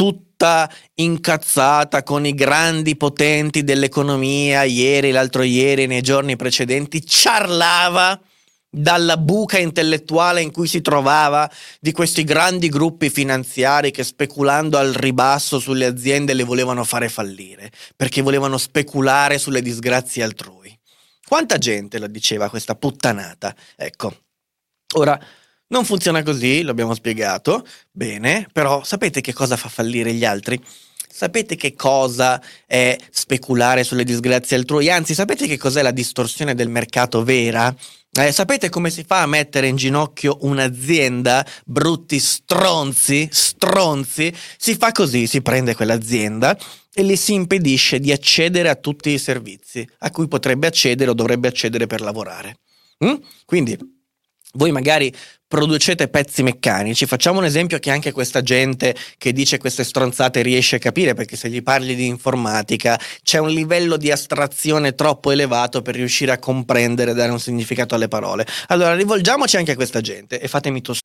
tutta incazzata con i grandi potenti dell'economia ieri, l'altro ieri, nei giorni precedenti, ciarlava dalla buca intellettuale in cui si trovava di questi grandi gruppi finanziari che speculando al ribasso sulle aziende le volevano fare fallire, perché volevano speculare sulle disgrazie altrui. Quanta gente la diceva questa puttanata? Ecco, ora... non funziona così, lo abbiamo spiegato, bene, però sapete che cosa fa fallire gli altri? Sapete che cosa è speculare sulle disgrazie altrui? Anzi, sapete che cos'è la distorsione del mercato vera? Eh, sapete come si fa a mettere in ginocchio un'azienda? Brutti stronzi, stronzi. Si fa così, si prende quell'azienda e le si impedisce di accedere a tutti i servizi a cui potrebbe accedere o dovrebbe accedere per lavorare. Mm? Quindi... voi magari producete pezzi meccanici, facciamo un esempio che anche questa gente che dice queste stronzate riesce a capire, perché se gli parli di informatica c'è un livello di astrazione troppo elevato per riuscire a comprendere e dare un significato alle parole. Allora rivolgiamoci anche a questa gente e fatemi tossire.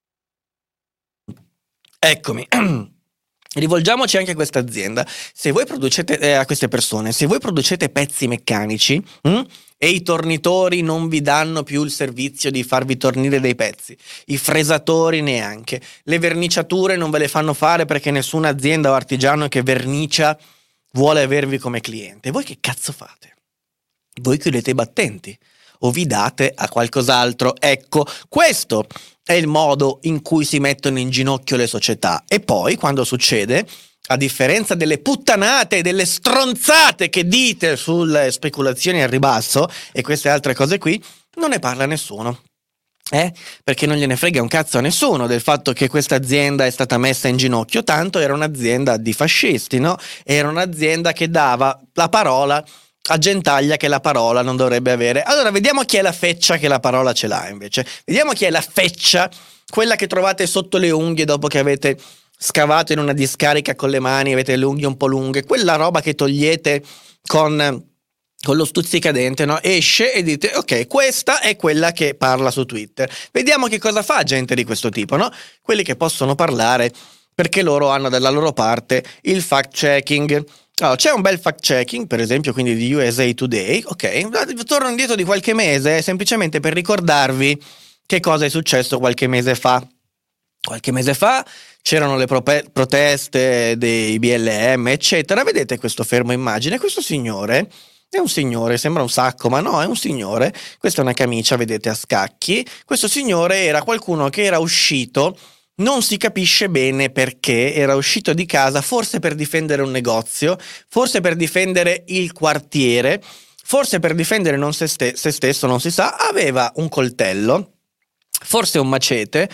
Eccomi. Rivolgiamoci anche a questa azienda. Se voi producete, eh, a queste persone, se voi producete pezzi meccanici hm, e i tornitori non vi danno più il servizio di farvi tornire dei pezzi, i fresatori neanche, le verniciature non ve le fanno fare perché nessuna azienda o artigiano che vernicia vuole avervi come cliente, voi che cazzo fate? Voi chiudete i battenti o vi date a qualcos'altro. Ecco, questo è il modo in cui si mettono in ginocchio le società. E poi, quando succede, a differenza delle puttanate e delle stronzate che dite sulle speculazioni al ribasso e queste altre cose qui, non ne parla nessuno. Eh? Perché non gliene frega un cazzo a nessuno del fatto che questa azienda è stata messa in ginocchio, tanto era un'azienda di fascisti, no? Era un'azienda che dava la parola a Gentaglia che la parola non dovrebbe avere. Allora vediamo chi è la feccia che la parola ce l'ha invece. Vediamo chi è la feccia, quella che trovate sotto le unghie dopo che avete scavato in una discarica con le mani, avete le unghie un po' lunghe, quella roba che togliete con... con lo stuzzicadente, no? Esce e dite, ok, questa è quella che parla su Twitter. Vediamo che cosa fa gente di questo tipo, no? Quelli che possono parlare perché loro hanno dalla loro parte il fact-checking. Allora, c'è un bel fact-checking, per esempio, quindi di U S A Today, ok? Torno indietro di qualche mese, semplicemente per ricordarvi che cosa è successo qualche mese fa. Qualche mese fa c'erano le prope- proteste dei B L M, eccetera. Vedete questo fermo immagine? Questo signore... è un signore, sembra un sacco, ma no, è un signore. Questa è una camicia, vedete, a scacchi. Questo signore era qualcuno che era uscito, non si capisce bene perché, era uscito di casa, forse per difendere un negozio, forse per difendere il quartiere, forse per difendere non se, ste- se stesso, non si sa. Aveva un coltello, forse un macete,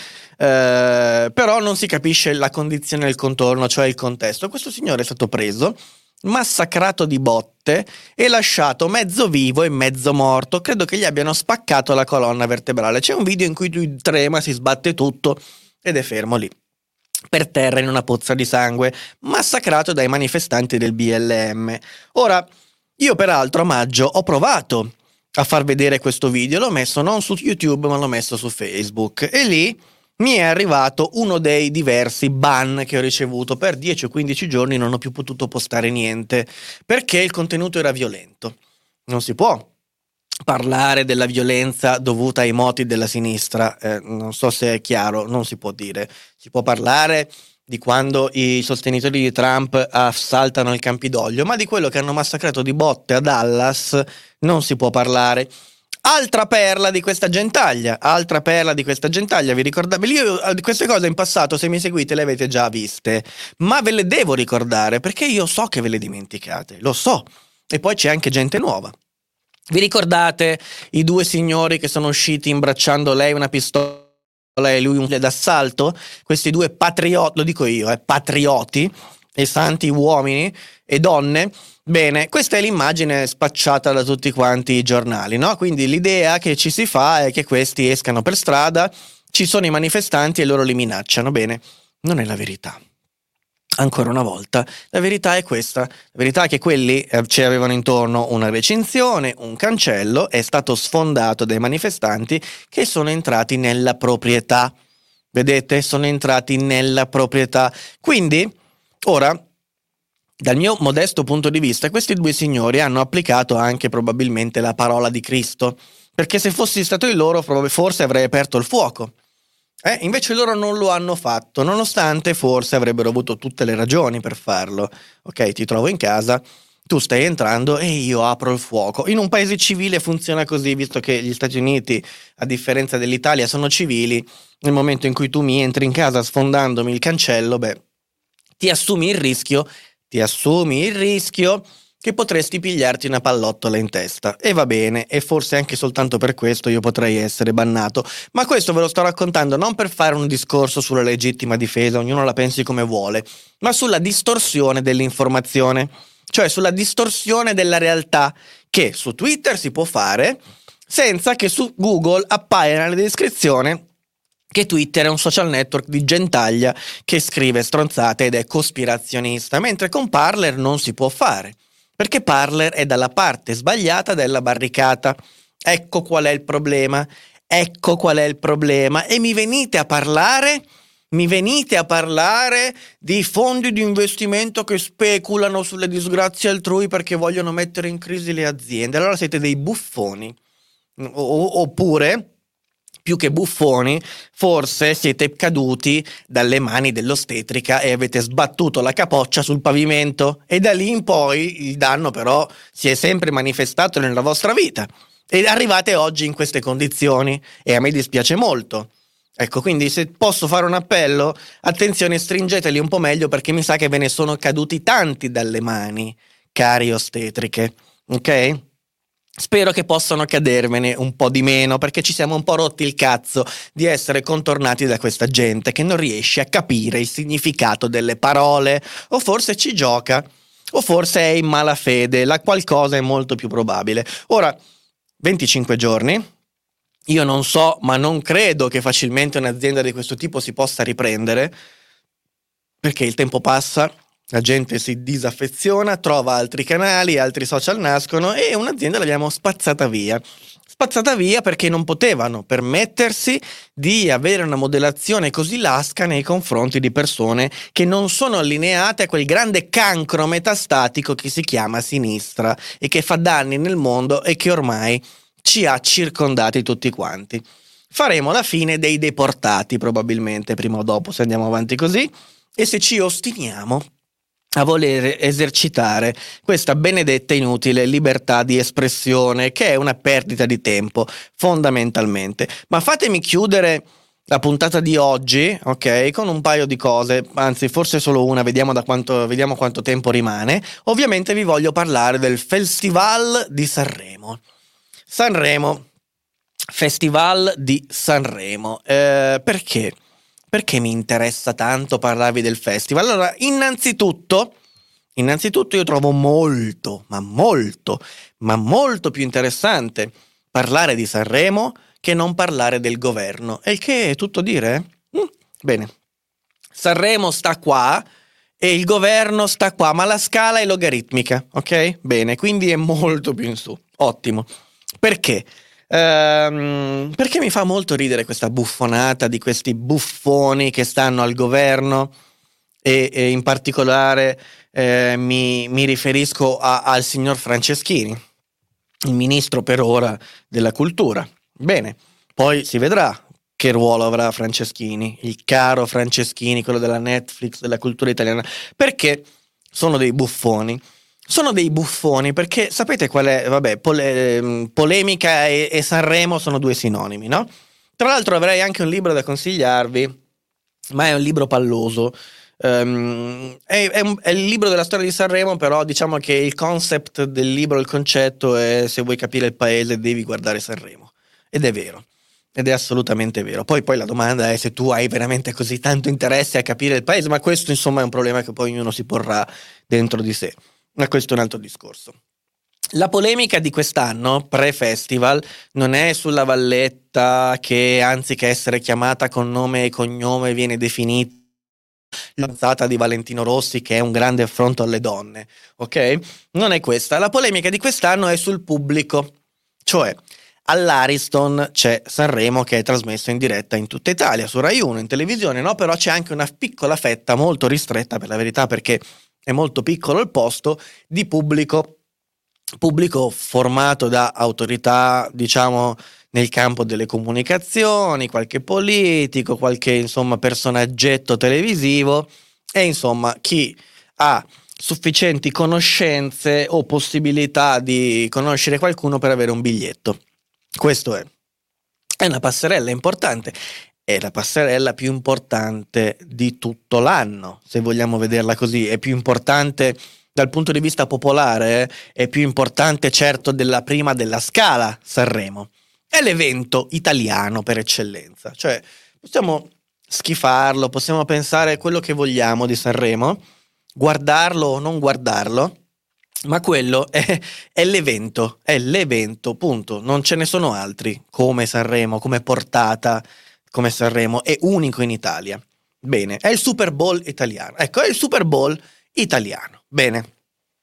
eh, però non si capisce la condizione del contorno, cioè il contesto. Questo signore è stato preso, massacrato di botte e lasciato mezzo vivo e mezzo morto. Credo che gli abbiano spaccato la colonna vertebrale. C'è un video in cui lui trema, si sbatte tutto ed è fermo lì per terra in una pozza di sangue, massacrato dai manifestanti del B L M. Ora, io peraltro a maggio ho provato a far vedere questo video, l'ho messo non su YouTube ma l'ho messo su Facebook e lì mi è arrivato uno dei diversi ban che ho ricevuto. Per dieci o quindici giorni non ho più potuto postare niente perché il contenuto era violento. Non si può parlare della violenza dovuta ai moti della sinistra, eh, non so se è chiaro, non si può dire. Si può parlare di quando i sostenitori di Trump assaltano il Campidoglio, ma di quello che hanno massacrato di botte a Dallas non si può parlare. Altra perla di questa gentaglia, altra perla di questa gentaglia, vi ricordate? Io queste cose in passato, se mi seguite, le avete già viste, ma ve le devo ricordare perché io so che ve le dimenticate, lo so, e poi c'è anche gente nuova. Vi ricordate i due signori che sono usciti imbracciando lei una pistola e lui un fucile d'assalto? Questi due patrioti, lo dico io, eh, patrioti e santi uomini e donne. Bene, questa è l'immagine spacciata da tutti quanti i giornali, no? Quindi l'idea che ci si fa è che questi escano per strada, ci sono i manifestanti e loro li minacciano. Bene, non è la verità. Ancora una volta, la verità è questa. La verità è che quelli eh, ci avevano intorno una recinzione, un cancello, è stato sfondato dai manifestanti che sono entrati nella proprietà. Vedete? Sono entrati nella proprietà. Quindi, ora... dal mio modesto punto di vista, questi due signori hanno applicato anche probabilmente la parola di Cristo, perché se fossi stato io loro forse avrei aperto il fuoco. Eh, invece loro non lo hanno fatto, nonostante forse avrebbero avuto tutte le ragioni per farlo. Ok, ti trovo in casa, tu stai entrando e io apro il fuoco. In un paese civile funziona così, visto che gli Stati Uniti, a differenza dell'Italia, sono civili. Nel momento in cui tu mi entri in casa sfondandomi il cancello, beh, ti assumi il rischio Ti assumi il rischio che potresti pigliarti una pallottola in testa. E va bene, e forse anche soltanto per questo io potrei essere bannato. Ma questo ve lo sto raccontando non per fare un discorso sulla legittima difesa, ognuno la pensi come vuole, ma sulla distorsione dell'informazione, cioè sulla distorsione della realtà che su Twitter si può fare senza che su Google appaia nella descrizione che Twitter è un social network di gentaglia che scrive stronzate ed è cospirazionista, mentre con Parler non si può fare, perché Parler è dalla parte sbagliata della barricata. Ecco qual è il problema, ecco qual è il problema, e mi venite a parlare, mi venite a parlare di fondi di investimento che speculano sulle disgrazie altrui perché vogliono mettere in crisi le aziende. Allora siete dei buffoni, o- oppure... più che buffoni, forse siete caduti dalle mani dell'ostetrica e avete sbattuto la capoccia sul pavimento e da lì in poi il danno però si è sempre manifestato nella vostra vita e arrivate oggi in queste condizioni e a me dispiace molto. Ecco, quindi se posso fare un appello, attenzione, stringeteli un po' meglio perché mi sa che ve ne sono caduti tanti dalle mani, cari ostetriche, ok? Spero che possano cadervene un po' di meno perché ci siamo un po' rotti il cazzo di essere contornati da questa gente che non riesce a capire il significato delle parole, o forse ci gioca, o forse è in malafede, la qualcosa è molto più probabile. Ora, venticinque giorni, io non so, ma non credo che facilmente un'azienda di questo tipo si possa riprendere, perché il tempo passa, la gente si disaffeziona, trova altri canali, altri social nascono e un'azienda l'abbiamo spazzata via. Spazzata via perché non potevano permettersi di avere una modellazione così lasca nei confronti di persone che non sono allineate a quel grande cancro metastatico che si chiama sinistra e che fa danni nel mondo e che ormai ci ha circondati tutti quanti. Faremo la fine dei deportati probabilmente prima o dopo se andiamo avanti così e se ci ostiniamo a voler esercitare questa benedetta inutile libertà di espressione che è una perdita di tempo fondamentalmente. Ma fatemi chiudere la puntata di oggi, ok, con un paio di cose, anzi forse solo una, vediamo da quanto, vediamo quanto tempo rimane. Ovviamente vi voglio parlare del Festival di Sanremo. Sanremo, Festival di Sanremo, eh, perché? Perché mi interessa tanto parlarvi del festival? Allora, innanzitutto, innanzitutto io trovo molto, ma molto, ma molto più interessante parlare di Sanremo che non parlare del governo. E il che è tutto dire? Mm, bene, Sanremo sta qua e il governo sta qua, ma la scala è logaritmica, ok? Bene, quindi è molto più in su. Ottimo. Perché? Ehm, perché mi fa molto ridere questa buffonata di questi buffoni che stanno al governo e, e in particolare eh, mi, mi riferisco a, al signor Franceschini, il ministro per ora della cultura. Bene, poi si vedrà che ruolo avrà Franceschini, il caro Franceschini, quello della Netflix, della cultura italiana, perché sono dei buffoni. Sono dei buffoni perché sapete qual è? Vabbè, pole- polemica e, e Sanremo sono due sinonimi, no? Tra l'altro avrei anche un libro da consigliarvi, ma è un libro palloso. Um, è, è, un, è il libro della storia di Sanremo, però diciamo che il concept del libro, il concetto è: se vuoi capire il paese devi guardare Sanremo. Ed è vero. Ed è assolutamente vero. Poi, poi la domanda è se tu hai veramente così tanto interesse a capire il paese, ma questo insomma è un problema che poi ognuno si porrà dentro di sé. Ma questo è un altro discorso. La polemica di quest'anno, pre-festival, non è sulla Valletta che anziché essere chiamata con nome e cognome viene definita l'alzata di Valentino Rossi, che è un grande affronto alle donne, ok? Non è questa. La polemica di quest'anno è sul pubblico, cioè all'Ariston c'è Sanremo che è trasmesso in diretta in tutta Italia, su Rai uno, in televisione, no? Però c'è anche una piccola fetta, molto ristretta per la verità, perché è molto piccolo il posto, di pubblico, pubblico formato da autorità, diciamo, nel campo delle comunicazioni, qualche politico, qualche, insomma, personaggetto televisivo e, insomma, chi ha sufficienti conoscenze o possibilità di conoscere qualcuno per avere un biglietto. Questo è. È una passerella importante. È la passerella più importante di tutto l'anno, se vogliamo vederla così. È più importante dal punto di vista popolare, è più importante certo della prima della Scala Sanremo. È l'evento italiano per eccellenza. Cioè, possiamo schifarlo, possiamo pensare quello che vogliamo di Sanremo, guardarlo o non guardarlo, ma quello è, è l'evento, è l'evento, punto. Non ce ne sono altri come Sanremo, come portata, come Sanremo, è unico in Italia. Bene, è il Super Bowl italiano. Ecco, è il Super Bowl italiano. Bene.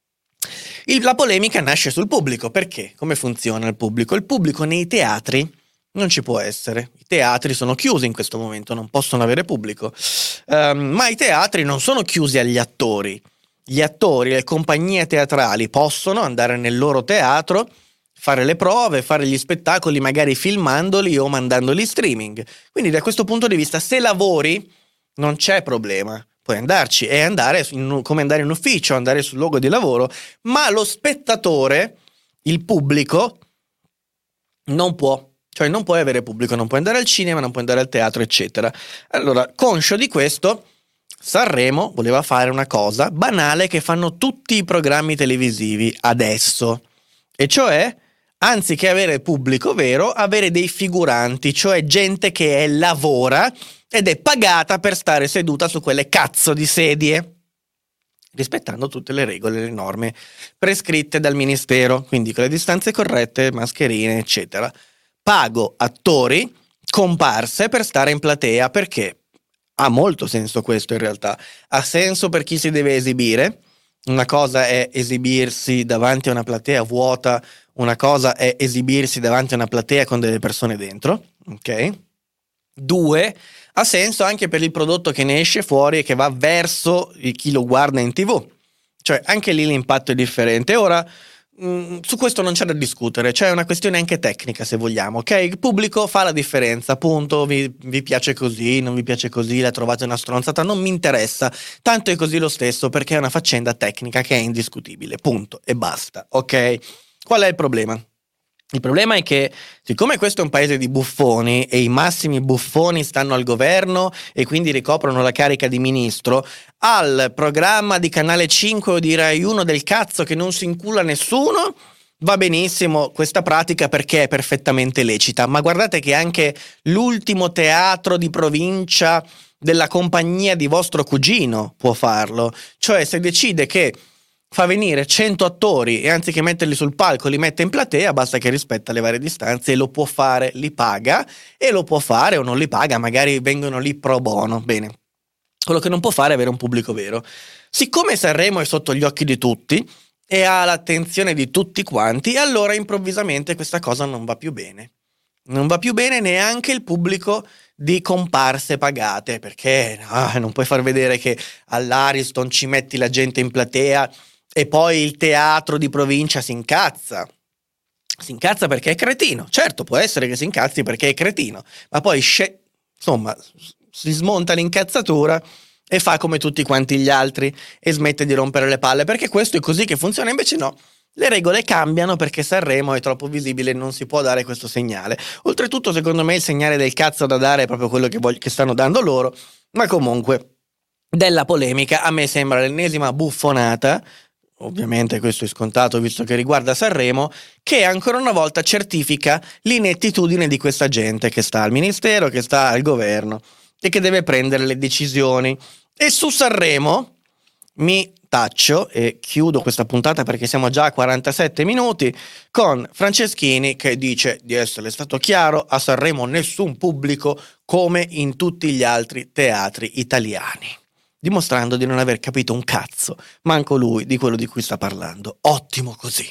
Il, la polemica nasce sul pubblico. Perché? Come funziona il pubblico? Il pubblico nei teatri non ci può essere. I teatri sono chiusi in questo momento, non possono avere pubblico. Um, ma i teatri non sono chiusi agli attori. Gli attori, le compagnie teatrali possono andare nel loro teatro, fare le prove, fare gli spettacoli, magari filmandoli o mandandoli streaming. Quindi da questo punto di vista, se lavori, non c'è problema. Puoi andarci, è andare in, come andare in ufficio, andare sul luogo di lavoro, ma lo spettatore, il pubblico, non può. Cioè non puoi avere pubblico, non puoi andare al cinema, non puoi andare al teatro, eccetera. Allora, conscio di questo, Sanremo voleva fare una cosa banale che fanno tutti i programmi televisivi adesso, e cioè, anziché avere pubblico vero, avere dei figuranti, cioè gente che è, lavora ed è pagata per stare seduta su quelle cazzo di sedie, rispettando tutte le regole e le norme prescritte dal ministero, quindi con le distanze corrette, mascherine, eccetera. Pago attori, comparse per stare in platea, perché ha molto senso questo in realtà. Ha senso per chi si deve esibire. Una cosa è esibirsi davanti a una platea vuota, una cosa è esibirsi davanti a una platea con delle persone dentro, ok? Due, ha senso anche per il prodotto che ne esce fuori e che va verso chi lo guarda in tivù. Cioè anche lì l'impatto è differente. Ora, mh, su questo non c'è da discutere, cioè è una questione anche tecnica se vogliamo, ok? Il pubblico fa la differenza, appunto, vi, vi piace così, non vi piace così, la trovate una stronzata, non mi interessa, tanto è così lo stesso perché è una faccenda tecnica che è indiscutibile, punto, e basta, ok? Qual è il problema? Il problema è che, siccome questo è un paese di buffoni e i massimi buffoni stanno al governo e quindi ricoprono la carica di ministro, al programma di Canale cinque o di Rai uno del cazzo che non si incula nessuno, va benissimo questa pratica perché è perfettamente lecita. Ma guardate che anche l'ultimo teatro di provincia della compagnia di vostro cugino può farlo. Cioè, se decide che fa venire cento attori e anziché metterli sul palco li mette in platea, basta che rispetta le varie distanze, e lo può fare, li paga, e lo può fare o non li paga, magari vengono lì pro bono. Bene, quello che non può fare è avere un pubblico vero. Siccome Sanremo è sotto gli occhi di tutti e ha l'attenzione di tutti quanti, allora improvvisamente questa cosa non va più bene. Non va più bene neanche il pubblico di comparse pagate, perché no, non puoi far vedere che all'Ariston ci metti la gente in platea e poi il teatro di provincia si incazza. Si incazza perché è cretino. Certo, può essere che si incazzi perché è cretino, ma poi sce- insomma si smonta l'incazzatura e fa come tutti quanti gli altri e smette di rompere le palle, perché questo è così che funziona. Invece no, le regole cambiano perché Sanremo è troppo visibile e non si può dare questo segnale. Oltretutto, secondo me il segnale del cazzo da dare è proprio quello che, voglio, che stanno dando loro, ma comunque della polemica a me sembra l'ennesima buffonata. Ovviamente questo è scontato visto che riguarda Sanremo, che ancora una volta certifica l'inettitudine di questa gente che sta al ministero, che sta al governo e che deve prendere le decisioni. E su Sanremo mi taccio e chiudo questa puntata perché siamo già a quarantasette minuti con Franceschini che dice di essere stato chiaro: a Sanremo nessun pubblico come in tutti gli altri teatri italiani, dimostrando di non aver capito un cazzo, manco lui, di quello di cui sta parlando. Ottimo così.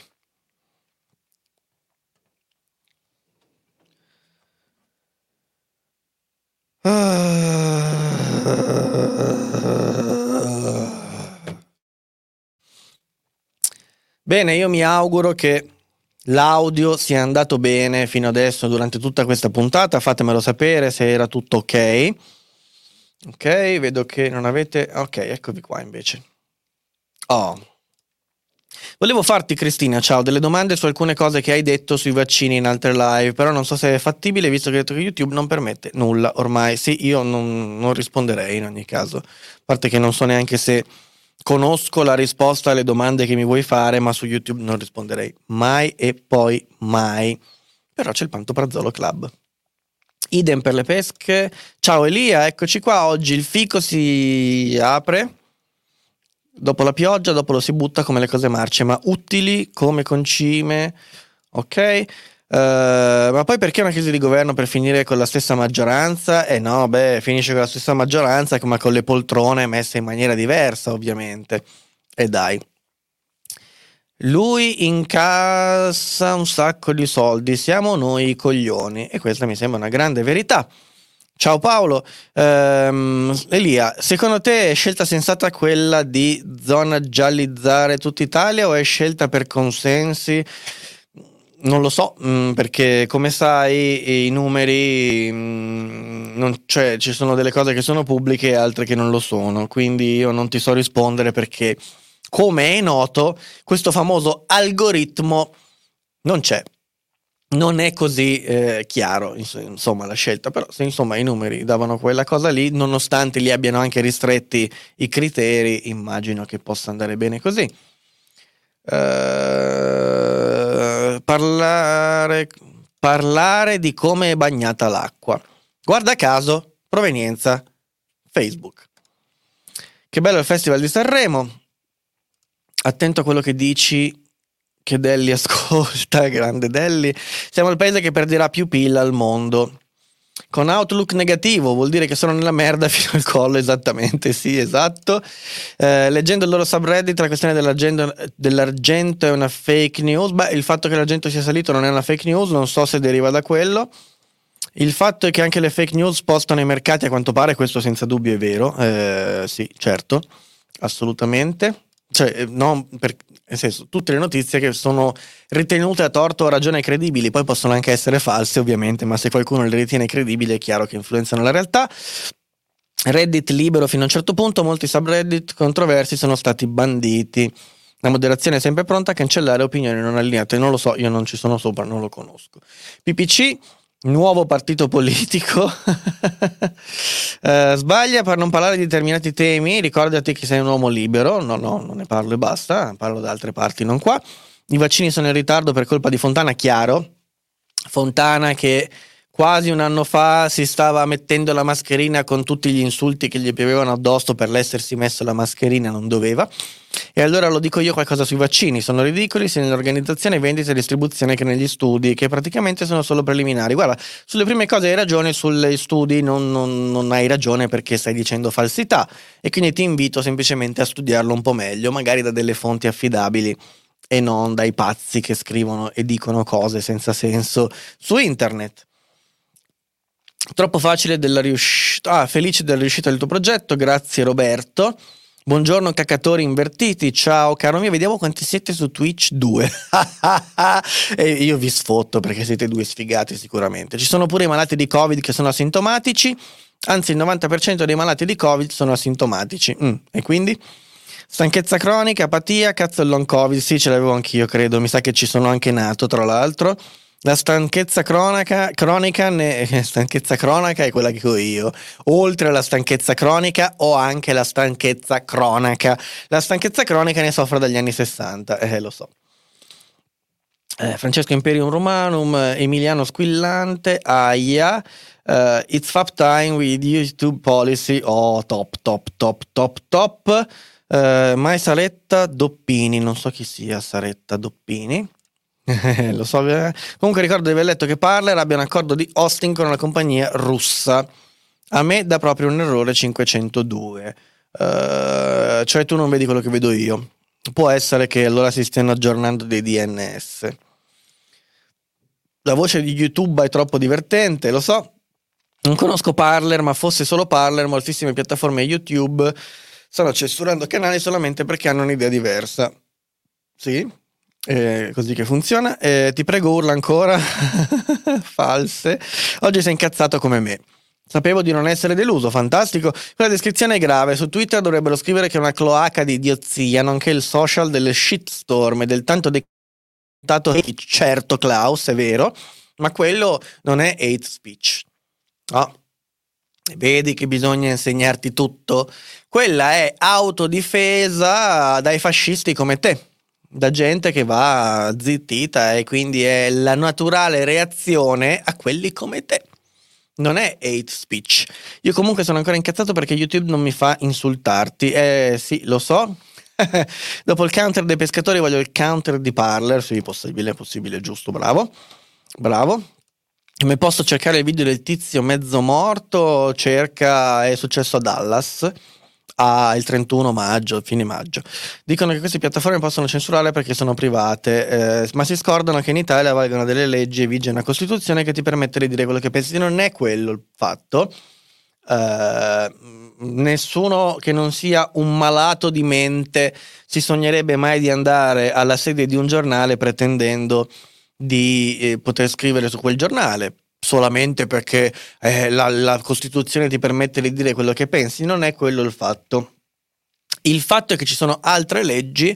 Bene, io mi auguro che l'audio sia andato bene fino adesso durante tutta questa puntata. Fatemelo sapere se era tutto ok. Ok, vedo che non avete... Ok, eccovi qua invece. Oh. Volevo farti, Cristina, ciao, delle domande su alcune cose che hai detto sui vaccini in altre live, però non so se è fattibile visto che hai detto che YouTube non permette nulla ormai. Sì, io non, non risponderei in ogni caso, a parte che non so neanche se conosco la risposta alle domande che mi vuoi fare, ma su YouTube non risponderei mai e poi mai. Però c'è il Pantoprazolo Club. Idem per le pesche. Ciao Elia, eccoci qua. Oggi il fico si apre dopo la pioggia, dopo lo si butta come le cose marce, ma utili come concime. Ok. Uh, ma poi perché una crisi di governo per finire con la stessa maggioranza? Eh no, beh, finisce con la stessa maggioranza ma con le poltrone messe in maniera diversa, ovviamente. E dai, lui incassa un sacco di soldi, siamo noi i coglioni, e questa mi sembra una grande verità. Ciao Paolo. ehm, Elia, secondo te è scelta sensata quella di zona giallizzare tutta Italia o è scelta per consensi? Non lo so, mh, perché come sai i numeri, mh, non, cioè ci sono delle cose che sono pubbliche e altre che non lo sono, quindi io non ti so rispondere perché, come è noto, questo famoso algoritmo non c'è. non è così eh, chiaro, insomma, la scelta, però se insomma i numeri davano quella cosa lì, nonostante li abbiano anche ristretti i criteri, immagino che possa andare bene così. Uh, parlare, parlare di come è bagnata l'acqua. Guarda caso, provenienza Facebook. Che bello il Festival di Sanremo. Attento a quello che dici, che Delli ascolta, grande Delli. Siamo il paese che perderà più P I L al mondo. Con outlook negativo vuol dire che sono nella merda fino al collo, esattamente, sì, esatto. Eh, leggendo il loro subreddit, la questione dell'argento, dell'argento è una fake news. Beh, il fatto che l'argento sia salito non è una fake news, non so se deriva da quello. Il fatto è che anche le fake news spostano i mercati, a quanto pare, questo senza dubbio è vero. Eh, sì, certo, assolutamente. Cioè, no, per, nel senso, tutte le notizie che sono ritenute a torto o a ragione credibili, poi possono anche essere false ovviamente, ma se qualcuno le ritiene credibili è chiaro che influenzano la realtà. Reddit libero fino a un certo punto, molti subreddit controversi sono stati banditi. La moderazione è sempre pronta a cancellare opinioni non allineate. Non lo so, io non ci sono sopra, non lo conosco. P P C, nuovo partito politico. uh, sbaglia per non parlare di determinati temi. Ricordati che sei un uomo libero. No, no, non ne parlo e basta. Parlo da altre parti, non qua. I vaccini sono in ritardo per colpa di Fontana, chiaro. Fontana che quasi un anno fa si stava mettendo la mascherina con tutti gli insulti che gli piovevano addosso per l'essersi messo la mascherina, non doveva. E allora lo dico io qualcosa sui vaccini: sono ridicoli sia nell'organizzazione, vendita e distribuzione che negli studi, che praticamente sono solo preliminari. Guarda, sulle prime cose hai ragione, sugli studi non, non, non hai ragione, perché stai dicendo falsità, e quindi ti invito semplicemente a studiarlo un po' meglio, magari da delle fonti affidabili e non dai pazzi che scrivono e dicono cose senza senso su internet. Troppo facile della riuscita. Ah, felice della riuscita del tuo progetto, grazie Roberto. Buongiorno cacatori invertiti, ciao caro mio, vediamo quanti siete su Twitch. Due. E io vi sfotto perché siete due sfigati sicuramente. Ci sono pure i malati di Covid che sono asintomatici, anzi il novanta per cento dei malati di Covid sono asintomatici. Mm. E quindi? Stanchezza cronica, apatia, cazzo il long Covid, sì, ce l'avevo anch'io credo, mi sa che ci sono anche nato tra l'altro. La stanchezza cronica, cronica ne, stanchezza cronica è quella che ho io. Oltre alla stanchezza cronica ho anche la stanchezza cronaca. La stanchezza cronica ne soffro dagli anni sessanta, eh, lo so. Eh, Francesco Imperium Romanum, Emiliano Squillante, Aia, uh, It's Fab Time with YouTube Policy, oh top, top, top, top, top. Uh, Mai Saretta Doppini, non so chi sia Saretta Doppini. Lo so, eh. Comunque ricordo di aver letto che Parler abbia un accordo di hosting con una compagnia russa. A me dà proprio un errore cinquecentodue, uh, cioè tu non vedi quello che vedo io. Può essere che allora si stiano aggiornando dei D N S. La voce di YouTube è troppo divertente, lo so. Non conosco Parler, ma fosse solo Parler, moltissime piattaforme YouTube stanno censurando canali solamente perché hanno un'idea diversa. Sì? Eh, così che funziona. Eh, ti prego, urla ancora. False. Oggi sei incazzato come me. Sapevo di non essere deluso, fantastico. Quella descrizione è grave. Su Twitter dovrebbero scrivere che è una cloaca di idiozia, nonché il social delle shitstorm e del tanto decretato hate. Certo, Klaus, è vero, ma quello non è hate speech. No. Vedi che bisogna insegnarti tutto? Quella è autodifesa dai fascisti come te, da gente che va zittita, e quindi è la naturale reazione a quelli come te. Non è hate speech. Io comunque sono ancora incazzato perché YouTube non mi fa insultarti. Eh sì, lo so. Dopo il counter dei pescatori voglio il counter di Parler. Sì, possibile, possibile, giusto, bravo. Bravo. Mi posso cercare il video del tizio mezzo morto? Cerca, è successo a Dallas. Ah, il trentuno maggio, fine maggio. Dicono che queste piattaforme possono censurare perché sono private, eh, ma si scordano che in Italia valgono delle leggi e vige una Costituzione che ti permette di dire quello che pensi. Non è quello il fatto. Eh, nessuno che non sia un malato di mente si sognerebbe mai di andare alla sede di un giornale pretendendo di eh, poter scrivere su quel giornale solamente perché eh, la, la Costituzione ti permette di dire quello che pensi. Non è quello il fatto. Il fatto è che ci sono altre leggi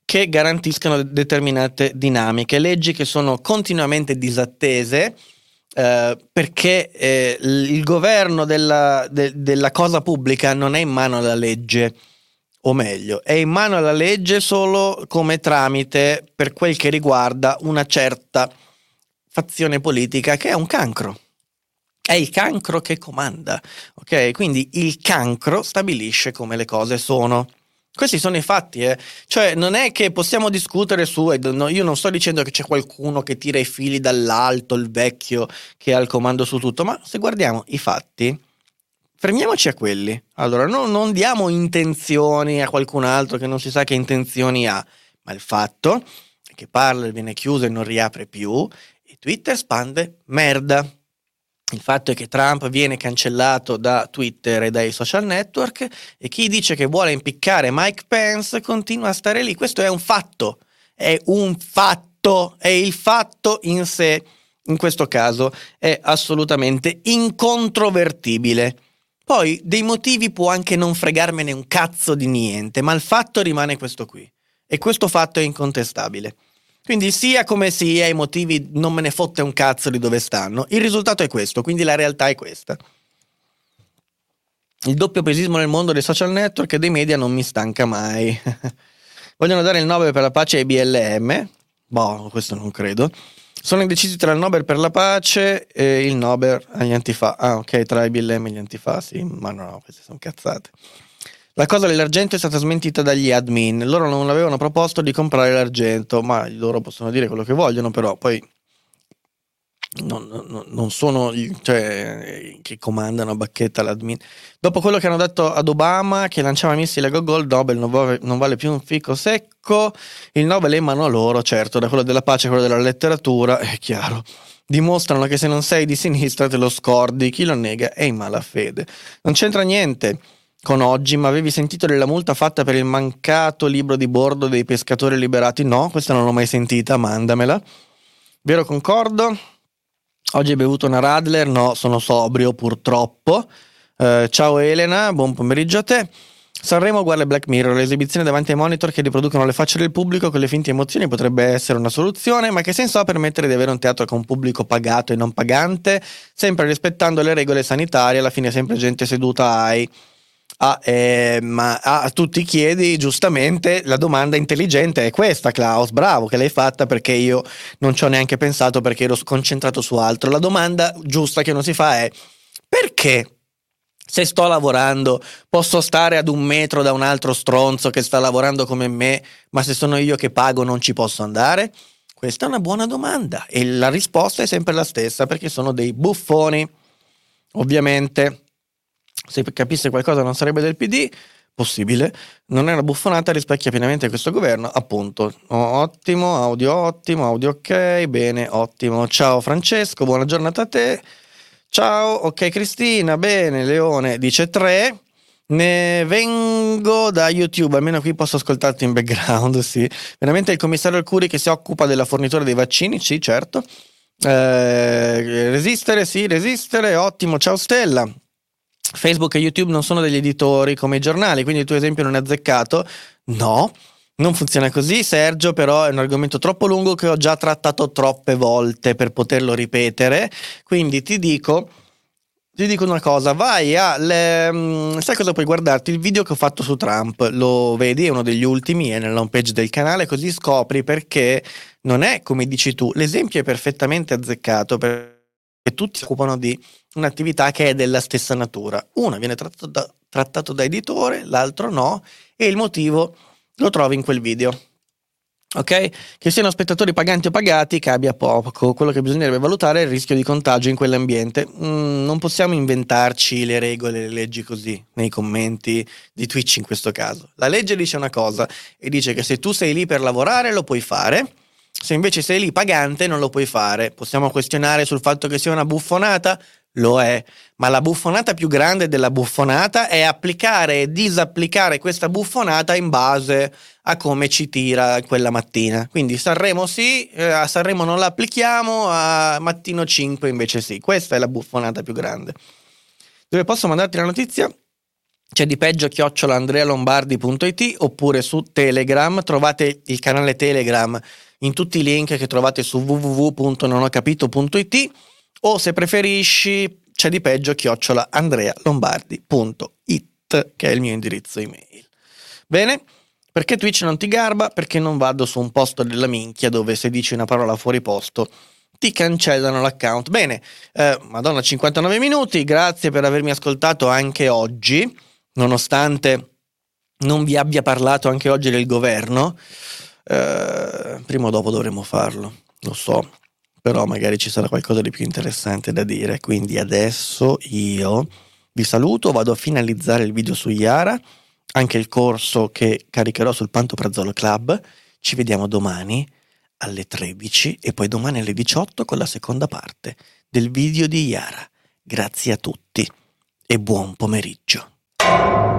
che garantiscano determinate dinamiche, leggi che sono continuamente disattese eh, perché eh, il governo della, de, della cosa pubblica non è in mano alla legge, o meglio, è in mano alla legge solo come tramite per quel che riguarda una certa fazione politica che è un cancro. È il cancro che comanda, ok? Quindi il cancro stabilisce come le cose sono. Questi sono i fatti, eh. Cioè non è che possiamo discutere su, no, io non sto dicendo che c'è qualcuno che tira i fili dall'alto, il vecchio che ha il comando su tutto, ma se guardiamo i fatti, fermiamoci a quelli. Allora, no, non diamo intenzioni a qualcun altro che non si sa che intenzioni ha, ma il fatto è che parla, viene chiuso e non riapre più, e Twitter spande merda. Il fatto è che Trump viene cancellato da Twitter e dai social network e chi dice che vuole impiccare Mike Pence continua a stare lì. Questo è un fatto, è un fatto, e il fatto in sé, in questo caso, è assolutamente incontrovertibile. Poi dei motivi può anche non fregarmene un cazzo di niente, ma il fatto rimane questo qui. E questo fatto è incontestabile. Quindi sia come sia, i motivi non me ne fotte un cazzo di dove stanno. Il risultato è questo, quindi la realtà è questa. Il doppio pesismo nel mondo dei social network e dei media non mi stanca mai. Vogliono dare il Nobel per la pace ai B L M? Boh, questo non credo. Sono indecisi tra il Nobel per la pace e il Nobel agli antifa. Ah, ok, tra i B L M e gli antifa, sì, ma no, no, queste sono cazzate. La cosa dell'argento è stata smentita dagli admin. Loro non avevano proposto di comprare l'argento, ma loro possono dire quello che vogliono, però poi non, non, non sono gli, cioè, che comandano a bacchetta l'admin. Dopo quello che hanno detto ad Obama, che lanciava missili a Gogol, il Nobel non vale, non vale più un fico secco. Il Nobel è in mano a loro, certo, da quello della pace a quello della letteratura, è chiaro. Dimostrano che se non sei di sinistra te lo scordi, chi lo nega è in malafede. Non c'entra niente con oggi, ma avevi sentito della multa fatta per il mancato libro di bordo dei pescatori liberati? No, questa non l'ho mai sentita, mandamela. Vero, concordo. Oggi hai bevuto una Radler? No, sono sobrio purtroppo. Eh, ciao Elena, buon pomeriggio a te. Sanremo uguale Black Mirror, le esibizioni davanti ai monitor che riproducono le facce del pubblico con le finte emozioni potrebbe essere una soluzione, ma che senso ha permettere di avere un teatro con un pubblico pagato e non pagante, sempre rispettando le regole sanitarie, alla fine sempre gente seduta ai... Ah, eh, ma ah, tu ti chiedi giustamente, la domanda intelligente è questa, Klaus, bravo che l'hai fatta, perché io non ci ho neanche pensato, perché ero concentrato su altro. La domanda giusta che non si fa è: perché se sto lavorando posso stare ad un metro da un altro stronzo che sta lavorando come me, ma se sono io che pago non ci posso andare? Questa è una buona domanda e la risposta è sempre la stessa, perché sono dei buffoni. Ovviamente, se capisse qualcosa non sarebbe del P D, possibile, non è una buffonata, rispecchia pienamente questo governo, appunto. Ottimo, audio ottimo, audio ok, bene, ottimo. Ciao Francesco, buona giornata a te. Ciao, ok Cristina, bene, Leone dice tre, ne vengo da YouTube, almeno qui posso ascoltarti in background, sì. Veramente il commissario Arcuri che si occupa della fornitura dei vaccini, sì, certo. Eh, resistere, sì, resistere, ottimo, ciao Stella. Facebook e YouTube non sono degli editori come i giornali, quindi il tuo esempio non è azzeccato. No, non funziona così, Sergio, però è un argomento troppo lungo che ho già trattato troppe volte per poterlo ripetere, quindi ti dico ti dico una cosa, vai a le, sai cosa puoi guardarti? Il video che ho fatto su Trump, lo vedi, è uno degli ultimi, è nella home page del canale, così scopri perché non è come dici tu, l'esempio è perfettamente azzeccato, perché tutti si occupano di un'attività che è della stessa natura. Uno viene trattato da, trattato da editore, l'altro no, e il motivo lo trovi in quel video. Ok? Che siano spettatori paganti o pagati cambia poco. Quello che bisognerebbe valutare è il rischio di contagio in quell'ambiente. Mm, non possiamo inventarci le regole, le leggi così nei commenti di Twitch in questo caso. La legge dice una cosa e dice che se tu sei lì per lavorare lo puoi fare, se invece sei lì pagante non lo puoi fare. Possiamo questionare sul fatto che sia una buffonata? Lo è, ma la buffonata più grande della buffonata è applicare e disapplicare questa buffonata in base a come ci tira quella mattina. Quindi Sanremo sì, eh, a Sanremo non la applichiamo, a Mattino cinque invece sì. Questa è la buffonata più grande. Dove posso mandarti la notizia? c'è di peggio chiocciola andrealombardi.it, oppure su Telegram, trovate il canale Telegram in tutti i link che trovate su w w w punto non ho capito punto i t, o se preferisci c'è di peggio chiocciola andrealombardi.it, che è il mio indirizzo email. Bene? Perché Twitch non ti garba? Perché non vado su un posto della minchia dove se dici una parola fuori posto ti cancellano l'account. Bene, eh, madonna, cinquantanove minuti, grazie per avermi ascoltato anche oggi, nonostante non vi abbia parlato anche oggi del governo. Eh, prima o dopo dovremo farlo, lo so, però magari ci sarà qualcosa di più interessante da dire, quindi adesso io vi saluto, vado a finalizzare il video su Yara, anche il corso che caricherò sul Pantoprazolo Club. Ci vediamo domani alle tredici e poi domani alle diciotto con la seconda parte del video di Yara. Grazie a tutti e buon pomeriggio.